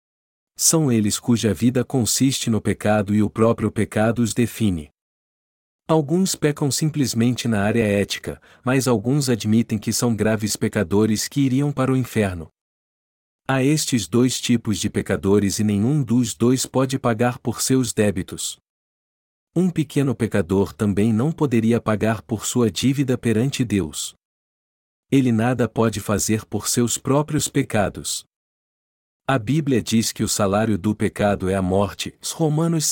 São eles cuja vida consiste no pecado e o próprio pecado os define. Alguns pecam simplesmente na área ética, mas alguns admitem que são graves pecadores que iriam para o inferno. Há estes 2 tipos de pecadores e nenhum dos 2 pode pagar por seus débitos. Um pequeno pecador também não poderia pagar por sua dívida perante Deus. Ele nada pode fazer por seus próprios pecados. A Bíblia diz que o salário do pecado é a morte, Romanos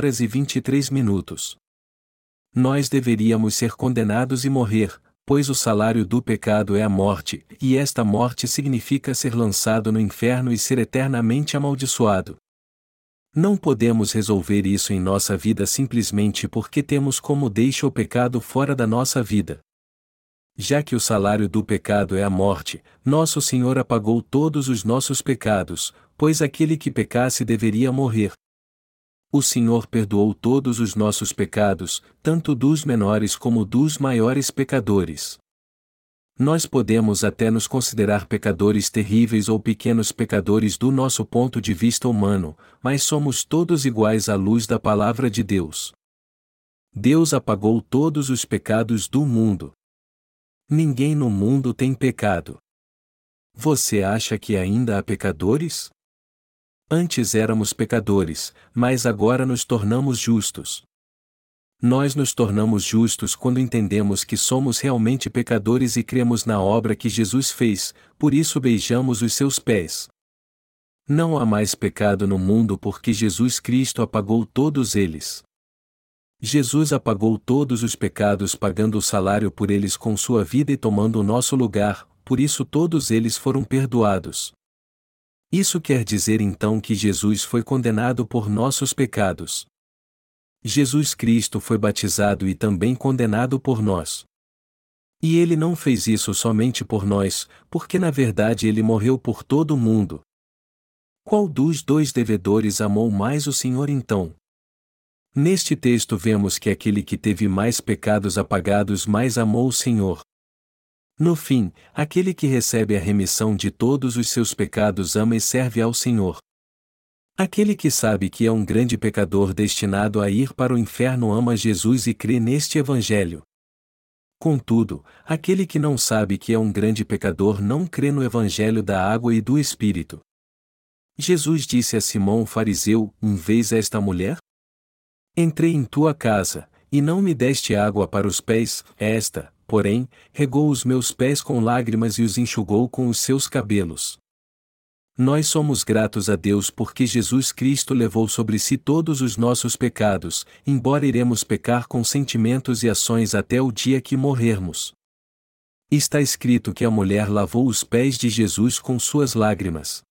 6h23. Nós deveríamos ser condenados e morrer, pois o salário do pecado é a morte, e esta morte significa ser lançado no inferno e ser eternamente amaldiçoado. Não podemos resolver isso em nossa vida simplesmente porque temos como deixa o pecado fora da nossa vida. Já que o salário do pecado é a morte, nosso Senhor apagou todos os nossos pecados, pois aquele que pecasse deveria morrer. O Senhor perdoou todos os nossos pecados, tanto dos menores como dos maiores pecadores. Nós podemos até nos considerar pecadores terríveis ou pequenos pecadores do nosso ponto de vista humano, mas somos todos iguais à luz da palavra de Deus. Deus apagou todos os pecados do mundo. Ninguém no mundo tem pecado. Você acha que ainda há pecadores? Antes éramos pecadores, mas agora nos tornamos justos. Nós nos tornamos justos quando entendemos que somos realmente pecadores e cremos na obra que Jesus fez, por isso beijamos os seus pés. Não há mais pecado no mundo porque Jesus Cristo apagou todos eles. Jesus apagou todos os pecados pagando o salário por eles com sua vida e tomando o nosso lugar, por isso todos eles foram perdoados. Isso quer dizer então que Jesus foi condenado por nossos pecados. Jesus Cristo foi batizado e também condenado por nós. E ele não fez isso somente por nós, porque na verdade ele morreu por todo o mundo. Qual dos dois devedores amou mais o Senhor então? Neste texto vemos que aquele que teve mais pecados apagados mais amou o Senhor. No fim, aquele que recebe a remissão de todos os seus pecados ama e serve ao Senhor. Aquele que sabe que é um grande pecador destinado a ir para o inferno ama Jesus e crê neste Evangelho. Contudo, aquele que não sabe que é um grande pecador não crê no Evangelho da água e do Espírito. Jesus disse a Simão o fariseu, em vez a esta mulher? Entrei em tua casa, e não me deste água para os pés, esta, porém, regou os meus pés com lágrimas e os enxugou com os seus cabelos. Nós somos gratos a Deus porque Jesus Cristo levou sobre si todos os nossos pecados, embora iremos pecar com sentimentos e ações até o dia que morrermos. Está escrito que a mulher lavou os pés de Jesus com suas lágrimas.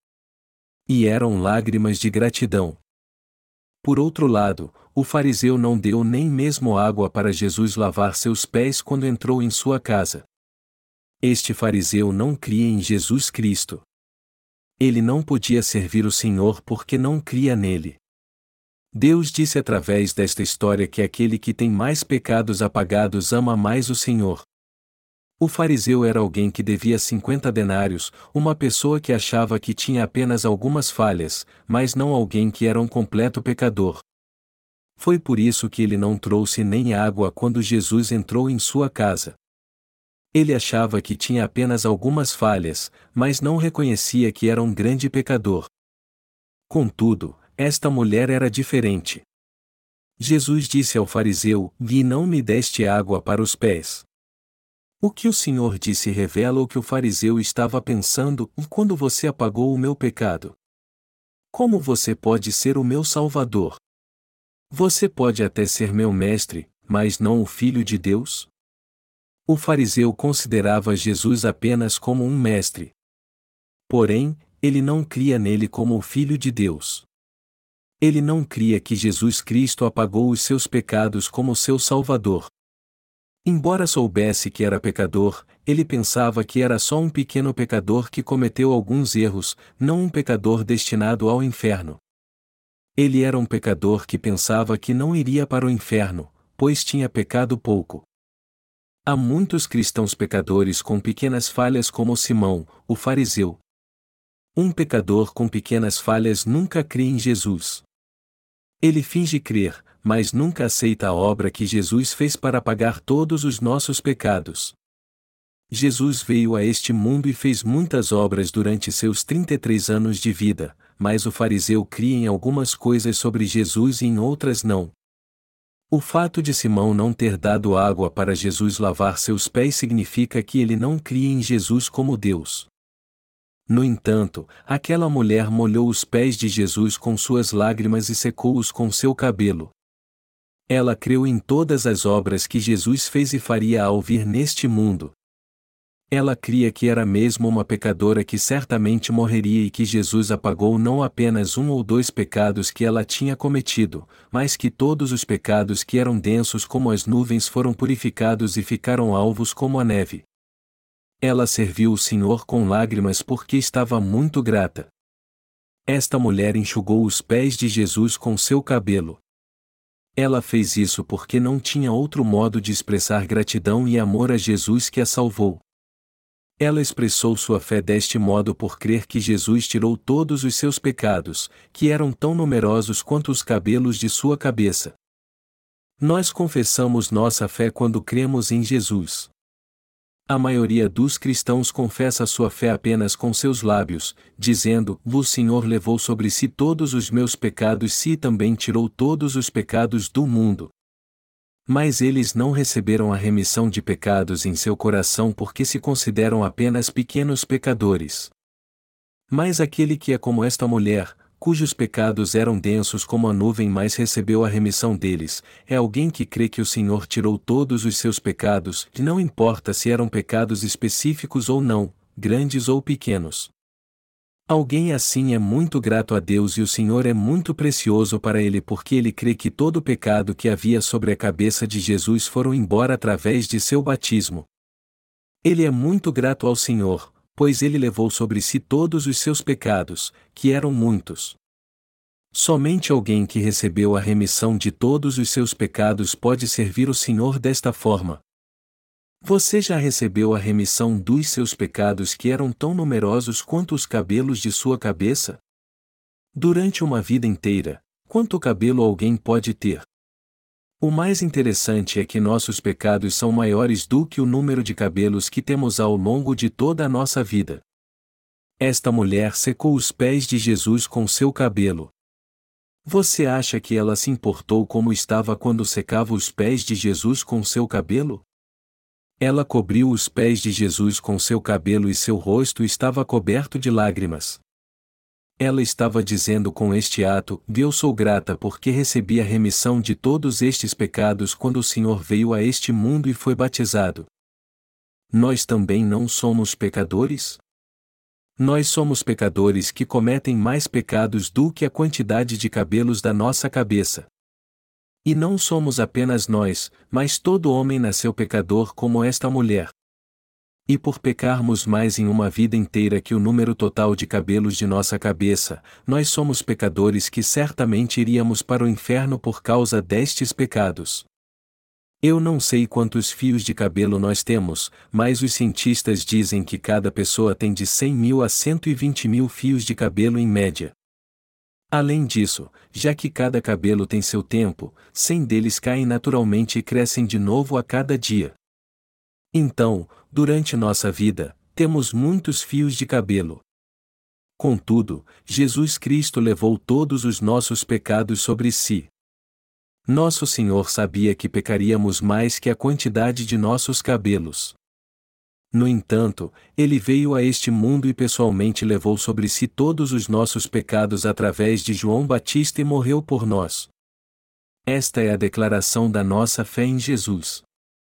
E eram lágrimas de gratidão. Por outro lado, o fariseu não deu nem mesmo água para Jesus lavar seus pés quando entrou em sua casa. Este fariseu não cria em Jesus Cristo. Ele não podia servir o Senhor porque não cria nele. Deus disse através desta história que aquele que tem mais pecados apagados ama mais o Senhor. O fariseu era alguém que devia 50 denários, uma pessoa que achava que tinha apenas algumas falhas, mas não alguém que era um completo pecador. Foi por isso que ele não trouxe nem água quando Jesus entrou em sua casa. Ele achava que tinha apenas algumas falhas, mas não reconhecia que era um grande pecador. Contudo, esta mulher era diferente. Jesus disse ao fariseu: "E não me deste água para os pés." O que o Senhor disse revela o que o fariseu estava pensando: quando você apagou o meu pecado? Como você pode ser o meu Salvador? Você pode até ser meu mestre, mas não o Filho de Deus? O fariseu considerava Jesus apenas como um mestre. Porém, ele não cria nele como o Filho de Deus. Ele não cria que Jesus Cristo apagou os seus pecados como seu Salvador. Embora soubesse que era pecador, ele pensava que era só um pequeno pecador que cometeu alguns erros, não um pecador destinado ao inferno. Ele era um pecador que pensava que não iria para o inferno, pois tinha pecado pouco. Há muitos cristãos pecadores com pequenas falhas como Simão, o fariseu. Um pecador com pequenas falhas nunca crê em Jesus. Ele finge crer, mas nunca aceita a obra que Jesus fez para apagar todos os nossos pecados. Jesus veio a este mundo e fez muitas obras durante seus 33 anos de vida, mas o fariseu cria em algumas coisas sobre Jesus e em outras não. O fato de Simão não ter dado água para Jesus lavar seus pés significa que ele não cria em Jesus como Deus. No entanto, aquela mulher molhou os pés de Jesus com suas lágrimas e secou-os com seu cabelo. Ela creu em todas as obras que Jesus fez e faria ao vir neste mundo. Ela cria que era mesmo uma pecadora que certamente morreria e que Jesus apagou não apenas um ou dois pecados que ela tinha cometido, mas que todos os pecados que eram densos como as nuvens foram purificados e ficaram alvos como a neve. Ela serviu o Senhor com lágrimas porque estava muito grata. Esta mulher enxugou os pés de Jesus com seu cabelo. Ela fez isso porque não tinha outro modo de expressar gratidão e amor a Jesus que a salvou. Ela expressou sua fé deste modo por crer que Jesus tirou todos os seus pecados, que eram tão numerosos quanto os cabelos de sua cabeça. Nós confessamos nossa fé quando cremos em Jesus. A maioria dos cristãos confessa sua fé apenas com seus lábios, dizendo: "O Senhor levou sobre si todos os meus pecados e também tirou todos os pecados do mundo." Mas eles não receberam a remissão de pecados em seu coração porque se consideram apenas pequenos pecadores. Mas aquele que é como esta mulher, cujos pecados eram densos como a nuvem mas recebeu a remissão deles, é alguém que crê que o Senhor tirou todos os seus pecados, e não importa se eram pecados específicos ou não, grandes ou pequenos. Alguém assim é muito grato a Deus e o Senhor é muito precioso para ele porque ele crê que todo o pecado que havia sobre a cabeça de Jesus foram embora através de seu batismo. Ele é muito grato ao Senhor, pois ele levou sobre si todos os seus pecados, que eram muitos. Somente alguém que recebeu a remissão de todos os seus pecados pode servir o Senhor desta forma. Você já recebeu a remissão dos seus pecados que eram tão numerosos quanto os cabelos de sua cabeça? Durante uma vida inteira, quanto cabelo alguém pode ter? O mais interessante é que nossos pecados são maiores do que o número de cabelos que temos ao longo de toda a nossa vida. Esta mulher secou os pés de Jesus com seu cabelo. Você acha que ela se importou como estava quando secava os pés de Jesus com seu cabelo? Ela cobriu os pés de Jesus com seu cabelo e seu rosto estava coberto de lágrimas. Ela estava dizendo com este ato: eu sou grata porque recebi a remissão de todos estes pecados quando o Senhor veio a este mundo e foi batizado. Nós também não somos pecadores? Nós somos pecadores que cometem mais pecados do que a quantidade de cabelos da nossa cabeça. E não somos apenas nós, mas todo homem nasceu pecador como esta mulher. E por pecarmos mais em uma vida inteira que o número total de cabelos de nossa cabeça, nós somos pecadores que certamente iríamos para o inferno por causa destes pecados. Eu não sei quantos fios de cabelo nós temos, mas os cientistas dizem que cada pessoa tem de 100.000 a 120.000 fios de cabelo em média. Além disso, já que cada cabelo tem seu tempo, 100 deles caem naturalmente e crescem de novo a cada dia. Então, durante nossa vida, temos muitos fios de cabelo. Contudo, Jesus Cristo levou todos os nossos pecados sobre si. Nosso Senhor sabia que pecaríamos mais que a quantidade de nossos cabelos. No entanto, Ele veio a este mundo e pessoalmente levou sobre si todos os nossos pecados através de João Batista e morreu por nós. Esta é a declaração da nossa fé em Jesus.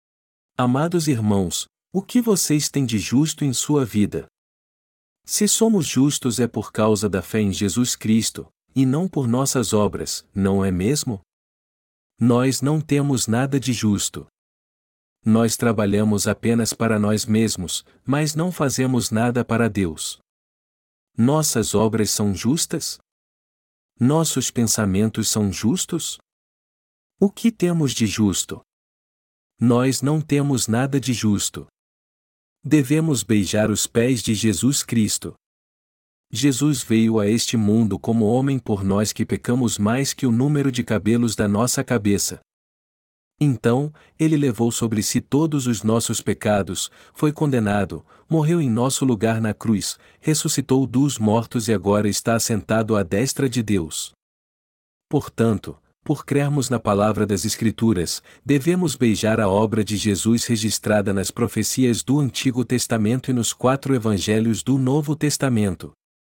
Amados irmãos, o que vocês têm de justo em sua vida? Se somos justos é por causa da fé em Jesus Cristo, e não por nossas obras, não é mesmo? Nós não temos nada de justo. Nós trabalhamos apenas para nós mesmos, mas não fazemos nada para Deus. Nossas obras são justas? Nossos pensamentos são justos? O que temos de justo? Nós não temos nada de justo. Devemos beijar os pés de Jesus Cristo. Jesus veio a este mundo como homem por nós que pecamos mais que o número de cabelos da nossa cabeça. Então, Ele levou sobre si todos os nossos pecados, foi condenado, morreu em nosso lugar na cruz, ressuscitou dos mortos e agora está assentado à destra de Deus. Portanto, por crermos na palavra das Escrituras, devemos beijar a obra de Jesus registrada nas profecias do Antigo Testamento e nos 4 evangelhos do Novo Testamento.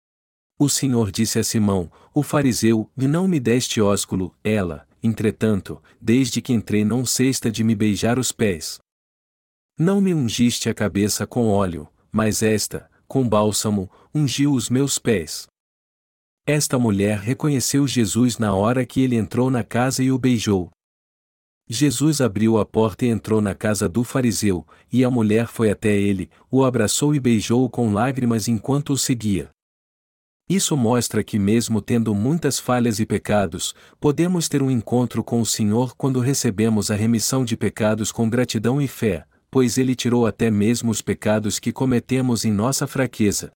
O Senhor disse a Simão, o fariseu: e não me deste ósculo, ela, entretanto, desde que entrei não cesta de me beijar os pés. Não me ungiste a cabeça com óleo, mas esta, com bálsamo, ungiu os meus pés. Esta mulher reconheceu Jesus na hora que ele entrou na casa e o beijou. Jesus abriu a porta e entrou na casa do fariseu, e a mulher foi até ele, o abraçou e beijou-o com lágrimas enquanto o seguia. Isso mostra que mesmo tendo muitas falhas e pecados, podemos ter um encontro com o Senhor quando recebemos a remissão de pecados com gratidão e fé, pois Ele tirou até mesmo os pecados que cometemos em nossa fraqueza.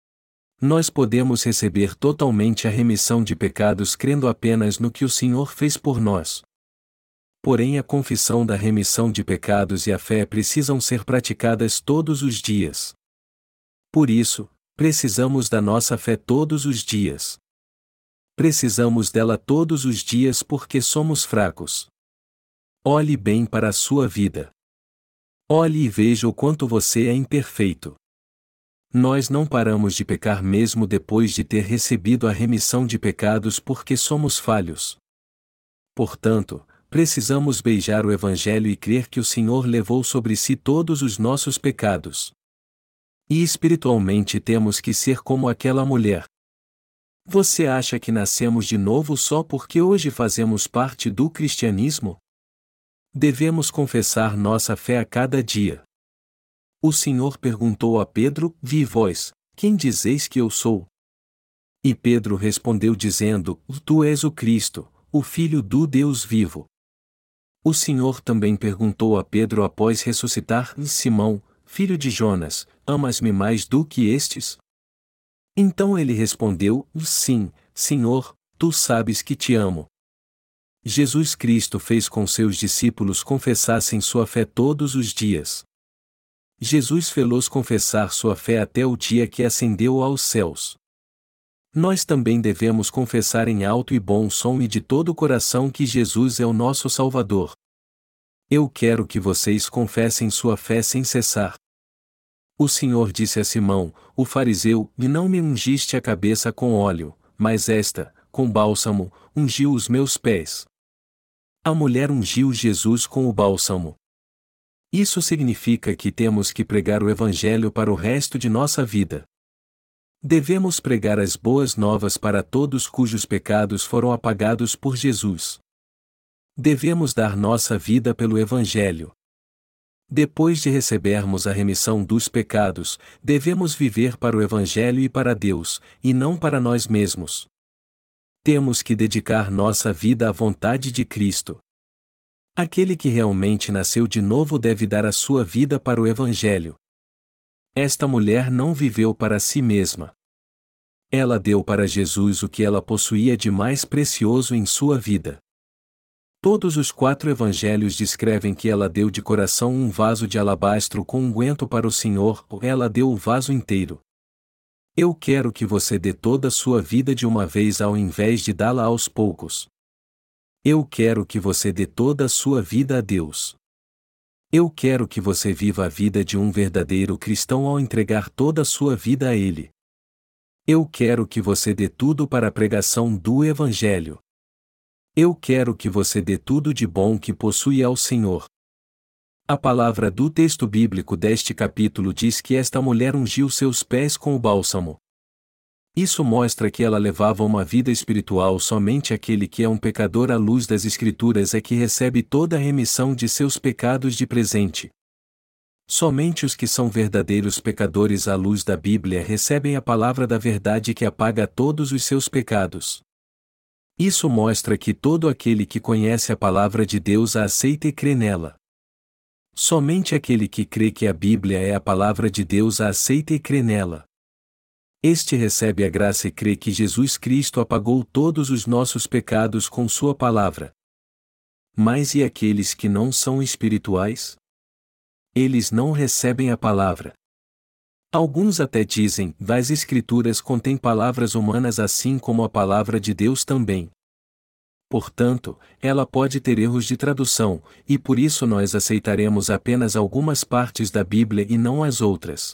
Nós podemos receber totalmente a remissão de pecados crendo apenas no que o Senhor fez por nós. Porém, a confissão da remissão de pecados e a fé precisam ser praticadas todos os dias. Por isso, precisamos da nossa fé todos os dias. Precisamos dela todos os dias porque somos fracos. Olhe bem para a sua vida. Olhe e veja o quanto você é imperfeito. Nós não paramos de pecar mesmo depois de ter recebido a remissão de pecados porque somos falhos. Portanto, precisamos beijar o Evangelho e crer que o Senhor levou sobre si todos os nossos pecados. E espiritualmente temos que ser como aquela mulher. Você acha que nascemos de novo só porque hoje fazemos parte do cristianismo? Devemos confessar nossa fé a cada dia. O Senhor perguntou a Pedro: Vi vós, quem dizeis que eu sou? E Pedro respondeu dizendo: Tu és o Cristo, o Filho do Deus vivo. O Senhor também perguntou a Pedro após ressuscitar: Simão, filho de Jonas, amas-me mais do que estes? Então ele respondeu: Sim, Senhor, tu sabes que te amo. Jesus Cristo fez com seus discípulos confessassem sua fé todos os dias. Jesus fê-los confessar sua fé até o dia que ascendeu aos céus. Nós também devemos confessar em alto e bom som e de todo o coração que Jesus é o nosso Salvador. Eu quero que vocês confessem sua fé sem cessar. O Senhor disse a Simão, o fariseu: E não me ungiste a cabeça com óleo, mas esta, com bálsamo, ungiu os meus pés. A mulher ungiu Jesus com o bálsamo. Isso significa que temos que pregar o Evangelho para o resto de nossa vida. Devemos pregar as boas novas para todos cujos pecados foram apagados por Jesus. Devemos dar nossa vida pelo Evangelho. Depois de recebermos a remissão dos pecados, devemos viver para o Evangelho e para Deus, e não para nós mesmos. Temos que dedicar nossa vida à vontade de Cristo. Aquele que realmente nasceu de novo deve dar a sua vida para o Evangelho. Esta mulher não viveu para si mesma. Ela deu para Jesus o que ela possuía de mais precioso em sua vida. Todos os 4 evangelhos descrevem que ela deu de coração um vaso de alabastro com unguento para o Senhor, ou ela deu o vaso inteiro. Eu quero que você dê toda a sua vida de uma vez ao invés de dá-la aos poucos. Eu quero que você dê toda a sua vida a Deus. Eu quero que você viva a vida de um verdadeiro cristão ao entregar toda a sua vida a Ele. Eu quero que você dê tudo para a pregação do Evangelho. Eu quero que você dê tudo de bom que possui ao Senhor. A palavra do texto bíblico deste capítulo diz que esta mulher ungiu seus pés com o bálsamo. Isso mostra que ela levava uma vida espiritual. Somente aquele que é um pecador à luz das Escrituras é que recebe toda a remissão de seus pecados de presente. Somente os que são verdadeiros pecadores à luz da Bíblia recebem a palavra da verdade que apaga todos os seus pecados. Isso mostra que todo aquele que conhece a palavra de Deus a aceita e crê nela. Somente aquele que crê que a Bíblia é a palavra de Deus a aceita e crê nela. Este recebe a graça e crê que Jesus Cristo apagou todos os nossos pecados com sua palavra. Mas e aqueles que não são espirituais? Eles não recebem a palavra. Alguns até dizem: as Escrituras contêm palavras humanas assim como a palavra de Deus também. Portanto, ela pode ter erros de tradução, e por isso nós aceitaremos apenas algumas partes da Bíblia e não as outras.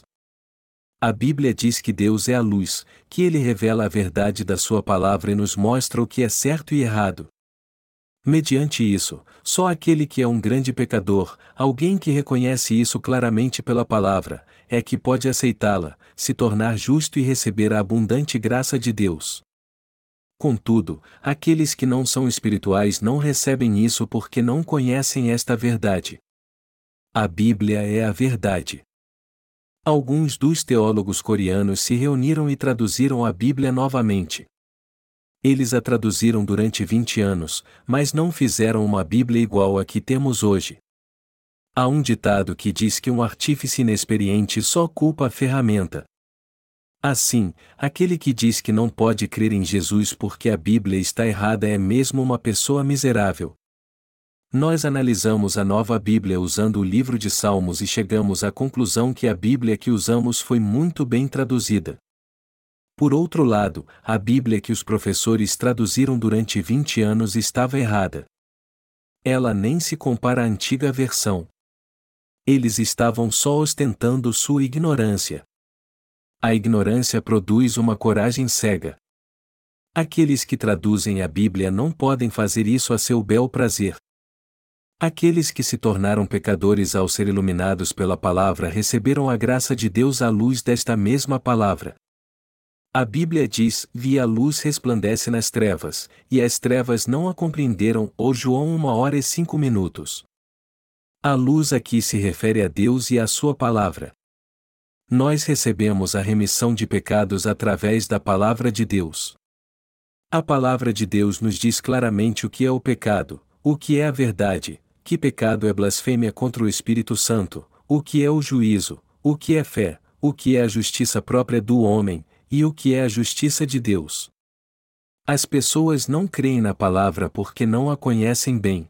A Bíblia diz que Deus é a luz, que Ele revela a verdade da sua palavra e nos mostra o que é certo e errado. Mediante isso, só aquele que é um grande pecador, alguém que reconhece isso claramente pela palavra, é que pode aceitá-la, se tornar justo e receber a abundante graça de Deus. Contudo, aqueles que não são espirituais não recebem isso porque não conhecem esta verdade. A Bíblia é a verdade. Alguns dos teólogos coreanos se reuniram e traduziram a Bíblia novamente. Eles a traduziram durante 20 anos, mas não fizeram uma Bíblia igual à que temos hoje. Há um ditado que diz que um artífice inexperiente só culpa a ferramenta. Assim, aquele que diz que não pode crer em Jesus porque a Bíblia está errada é mesmo uma pessoa miserável. Nós analisamos a nova Bíblia usando o livro de Salmos e chegamos à conclusão que a Bíblia que usamos foi muito bem traduzida. Por outro lado, a Bíblia que os professores traduziram durante 20 anos estava errada. Ela nem se compara à antiga versão. Eles estavam só ostentando sua ignorância. A ignorância produz uma coragem cega. Aqueles que traduzem a Bíblia não podem fazer isso a seu bel prazer. Aqueles que se tornaram pecadores ao ser iluminados pela palavra receberam a graça de Deus à luz desta mesma palavra. A Bíblia diz: "Vi a luz resplandece nas trevas, e as trevas não a compreenderam", ou João 1h05. A luz aqui se refere a Deus e à sua palavra. Nós recebemos a remissão de pecados através da palavra de Deus. A palavra de Deus nos diz claramente o que é o pecado, o que é a verdade, que pecado é blasfêmia contra o Espírito Santo, o que é o juízo, o que é fé, o que é a justiça própria do homem, e o que é a justiça de Deus. As pessoas não creem na palavra porque não a conhecem bem.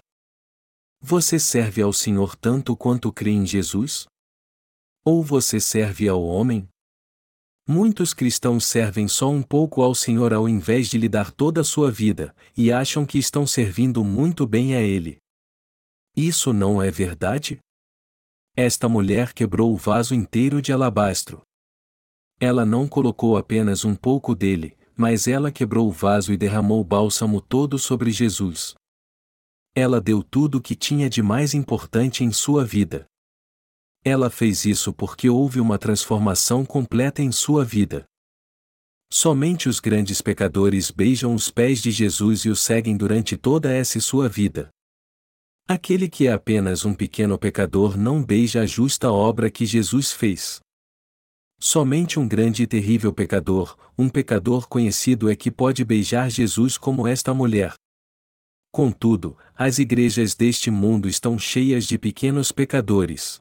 Você serve ao Senhor tanto quanto crê em Jesus? Ou você serve ao homem? Muitos cristãos servem só um pouco ao Senhor ao invés de lhe dar toda a sua vida, e acham que estão servindo muito bem a Ele. Isso não é verdade? Esta mulher quebrou o vaso inteiro de alabastro. Ela não colocou apenas um pouco dele, mas ela quebrou o vaso e derramou o bálsamo todo sobre Jesus. Ela deu tudo o que tinha de mais importante em sua vida. Ela fez isso porque houve uma transformação completa em sua vida. Somente os grandes pecadores beijam os pés de Jesus e o seguem durante toda essa sua vida. Aquele que é apenas um pequeno pecador não beija a justa obra que Jesus fez. Somente um grande e terrível pecador, um pecador conhecido é que pode beijar Jesus como esta mulher. Contudo, as igrejas deste mundo estão cheias de pequenos pecadores.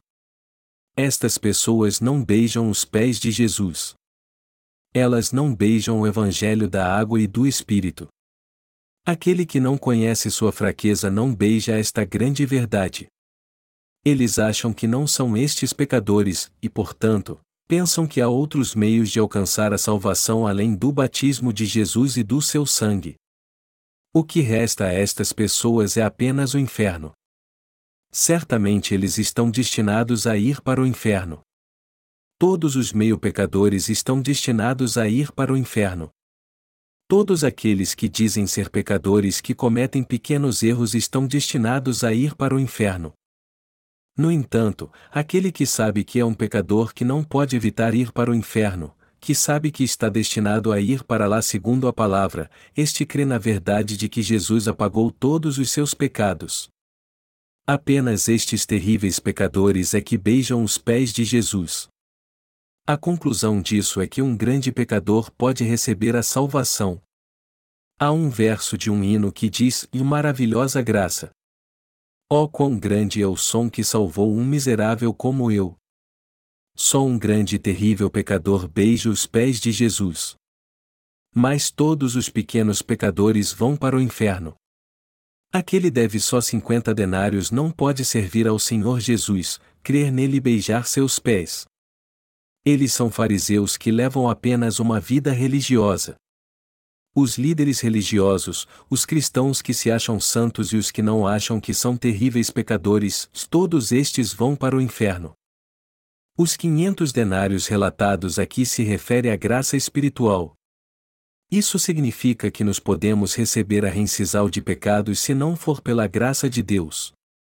Estas pessoas não beijam os pés de Jesus. Elas não beijam o Evangelho da água e do Espírito. Aquele que não conhece sua fraqueza não beija esta grande verdade. Eles acham que não são estes pecadores, e portanto, pensam que há outros meios de alcançar a salvação além do batismo de Jesus e do seu sangue. O que resta a estas pessoas é apenas o inferno. Certamente eles estão destinados a ir para o inferno. Todos os meio-pecadores estão destinados a ir para o inferno. Todos aqueles que dizem ser pecadores que cometem pequenos erros estão destinados a ir para o inferno. No entanto, aquele que sabe que é um pecador que não pode evitar ir para o inferno, que sabe que está destinado a ir para lá segundo a palavra, este crê na verdade de que Jesus apagou todos os seus pecados. Apenas estes terríveis pecadores é que beijam os pés de Jesus. A conclusão disso é que um grande pecador pode receber a salvação. Há um verso de um hino que diz: "E maravilhosa graça! Ó quão grande é o som que salvou um miserável como eu!" Só um grande e terrível pecador beija os pés de Jesus. Mas todos os pequenos pecadores vão para o inferno. Aquele deve só 50 denários não pode servir ao Senhor Jesus, crer nele e beijar seus pés. Eles são fariseus que levam apenas uma vida religiosa. Os líderes religiosos, os cristãos que se acham santos e os que não acham que são terríveis pecadores, todos estes vão para o inferno. Os 500 denários relatados aqui se refere à graça espiritual. Isso significa que nos podemos receber a reincisão de pecados se não for pela graça de Deus.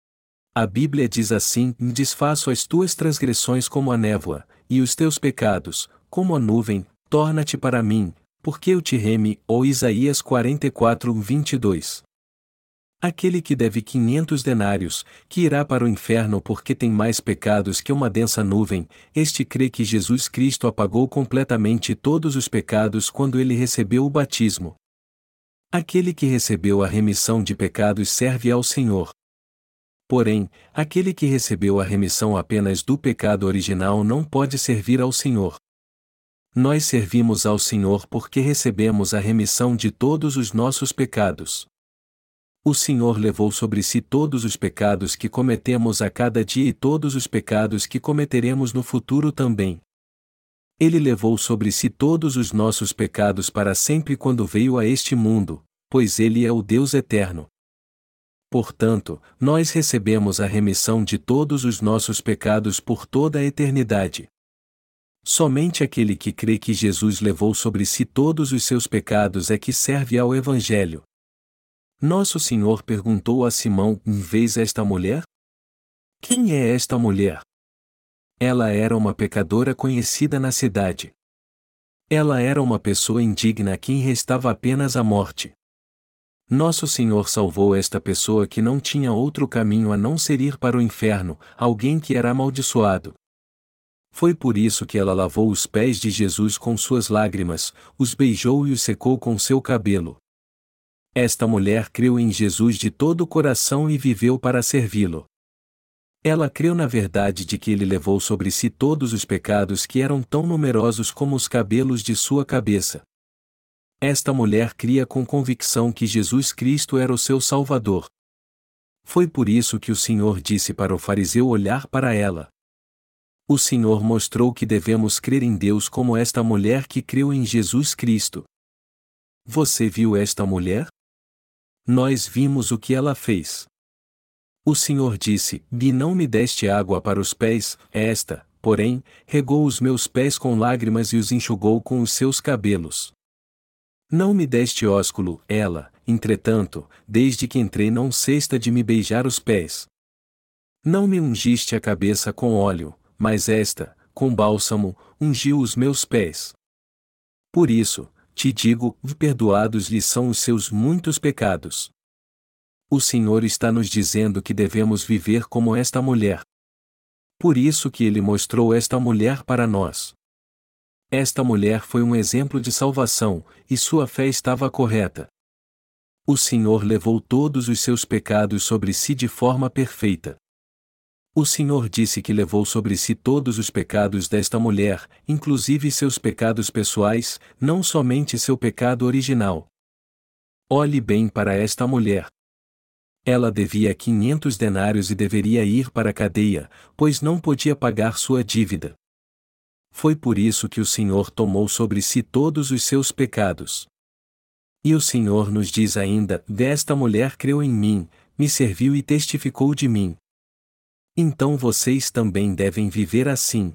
A Bíblia diz assim: "Desfaço as tuas transgressões como a névoa, e os teus pecados, como a nuvem, torna-te para mim, porque eu te reme", ou Isaías 44:22. Aquele que deve 500 denários, que irá para o inferno porque tem mais pecados que uma densa nuvem, este crê que Jesus Cristo apagou completamente todos os pecados quando ele recebeu o batismo. Aquele que recebeu a remissão de pecados serve ao Senhor. Porém, aquele que recebeu a remissão apenas do pecado original não pode servir ao Senhor. Nós servimos ao Senhor porque recebemos a remissão de todos os nossos pecados. O Senhor levou sobre si todos os pecados que cometemos a cada dia e todos os pecados que cometeremos no futuro também. Ele levou sobre si todos os nossos pecados para sempre quando veio a este mundo, pois Ele é o Deus eterno. Portanto, nós recebemos a remissão de todos os nossos pecados por toda a eternidade. Somente aquele que crê que Jesus levou sobre si todos os seus pecados é que serve ao Evangelho. Nosso Senhor perguntou a Simão: "Vês esta mulher? Quem é esta mulher?" Ela era uma pecadora conhecida na cidade. Ela era uma pessoa indigna a quem restava apenas a morte. Nosso Senhor salvou esta pessoa que não tinha outro caminho a não ser ir para o inferno, alguém que era amaldiçoado. Foi por isso que ela lavou os pés de Jesus com suas lágrimas, os beijou e os secou com seu cabelo. Esta mulher creu em Jesus de todo o coração e viveu para servi-lo. Ela creu na verdade de que ele levou sobre si todos os pecados que eram tão numerosos como os cabelos de sua cabeça. Esta mulher cria com convicção que Jesus Cristo era o seu Salvador. Foi por isso que o Senhor disse para o fariseu olhar para ela. O Senhor mostrou que devemos crer em Deus como esta mulher que creu em Jesus Cristo. Você viu esta mulher? Nós vimos o que ela fez. O Senhor disse: "E não me deste água para os pés", esta, porém, regou os meus pés com lágrimas e os enxugou com os seus cabelos. Não me deste ósculo, ela, entretanto, desde que entrei não cessa de me beijar os pés. Não me ungiste a cabeça com óleo, mas esta, com bálsamo, ungiu os meus pés. Por isso, te digo, perdoados lhe são os seus muitos pecados. O Senhor está nos dizendo que devemos viver como esta mulher. Por isso que Ele mostrou esta mulher para nós. Esta mulher foi um exemplo de salvação, e sua fé estava correta. O Senhor levou todos os seus pecados sobre si de forma perfeita. O Senhor disse que levou sobre si todos os pecados desta mulher, inclusive seus pecados pessoais, não somente seu pecado original. Olhe bem para esta mulher. Ela devia 500 denários e deveria ir para a cadeia, pois não podia pagar sua dívida. Foi por isso que o Senhor tomou sobre si todos os seus pecados. E o Senhor nos diz ainda: "Esta mulher creu em mim, me serviu e testificou de mim." Então vocês também devem viver assim.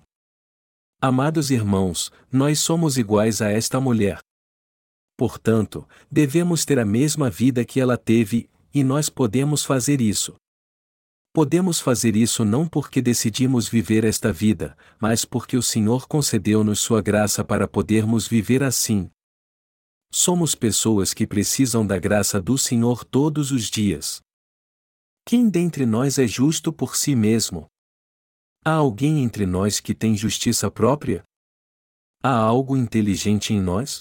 Amados irmãos, nós somos iguais a esta mulher. Portanto, devemos ter a mesma vida que ela teve, e nós podemos fazer isso. Podemos fazer isso não porque decidimos viver esta vida, mas porque o Senhor concedeu-nos sua graça para podermos viver assim. Somos pessoas que precisam da graça do Senhor todos os dias. Quem dentre nós é justo por si mesmo? Há alguém entre nós que tem justiça própria? Há algo inteligente em nós?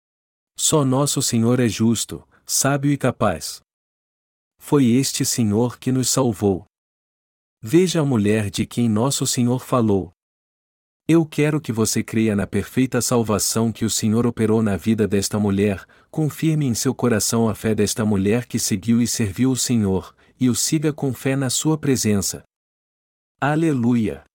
Só nosso Senhor é justo, sábio e capaz. Foi este Senhor que nos salvou. Veja a mulher de quem nosso Senhor falou. Eu quero que você creia na perfeita salvação que o Senhor operou na vida desta mulher, confirme em seu coração a fé desta mulher que seguiu e serviu o Senhor, e o siga com fé na sua presença. Aleluia!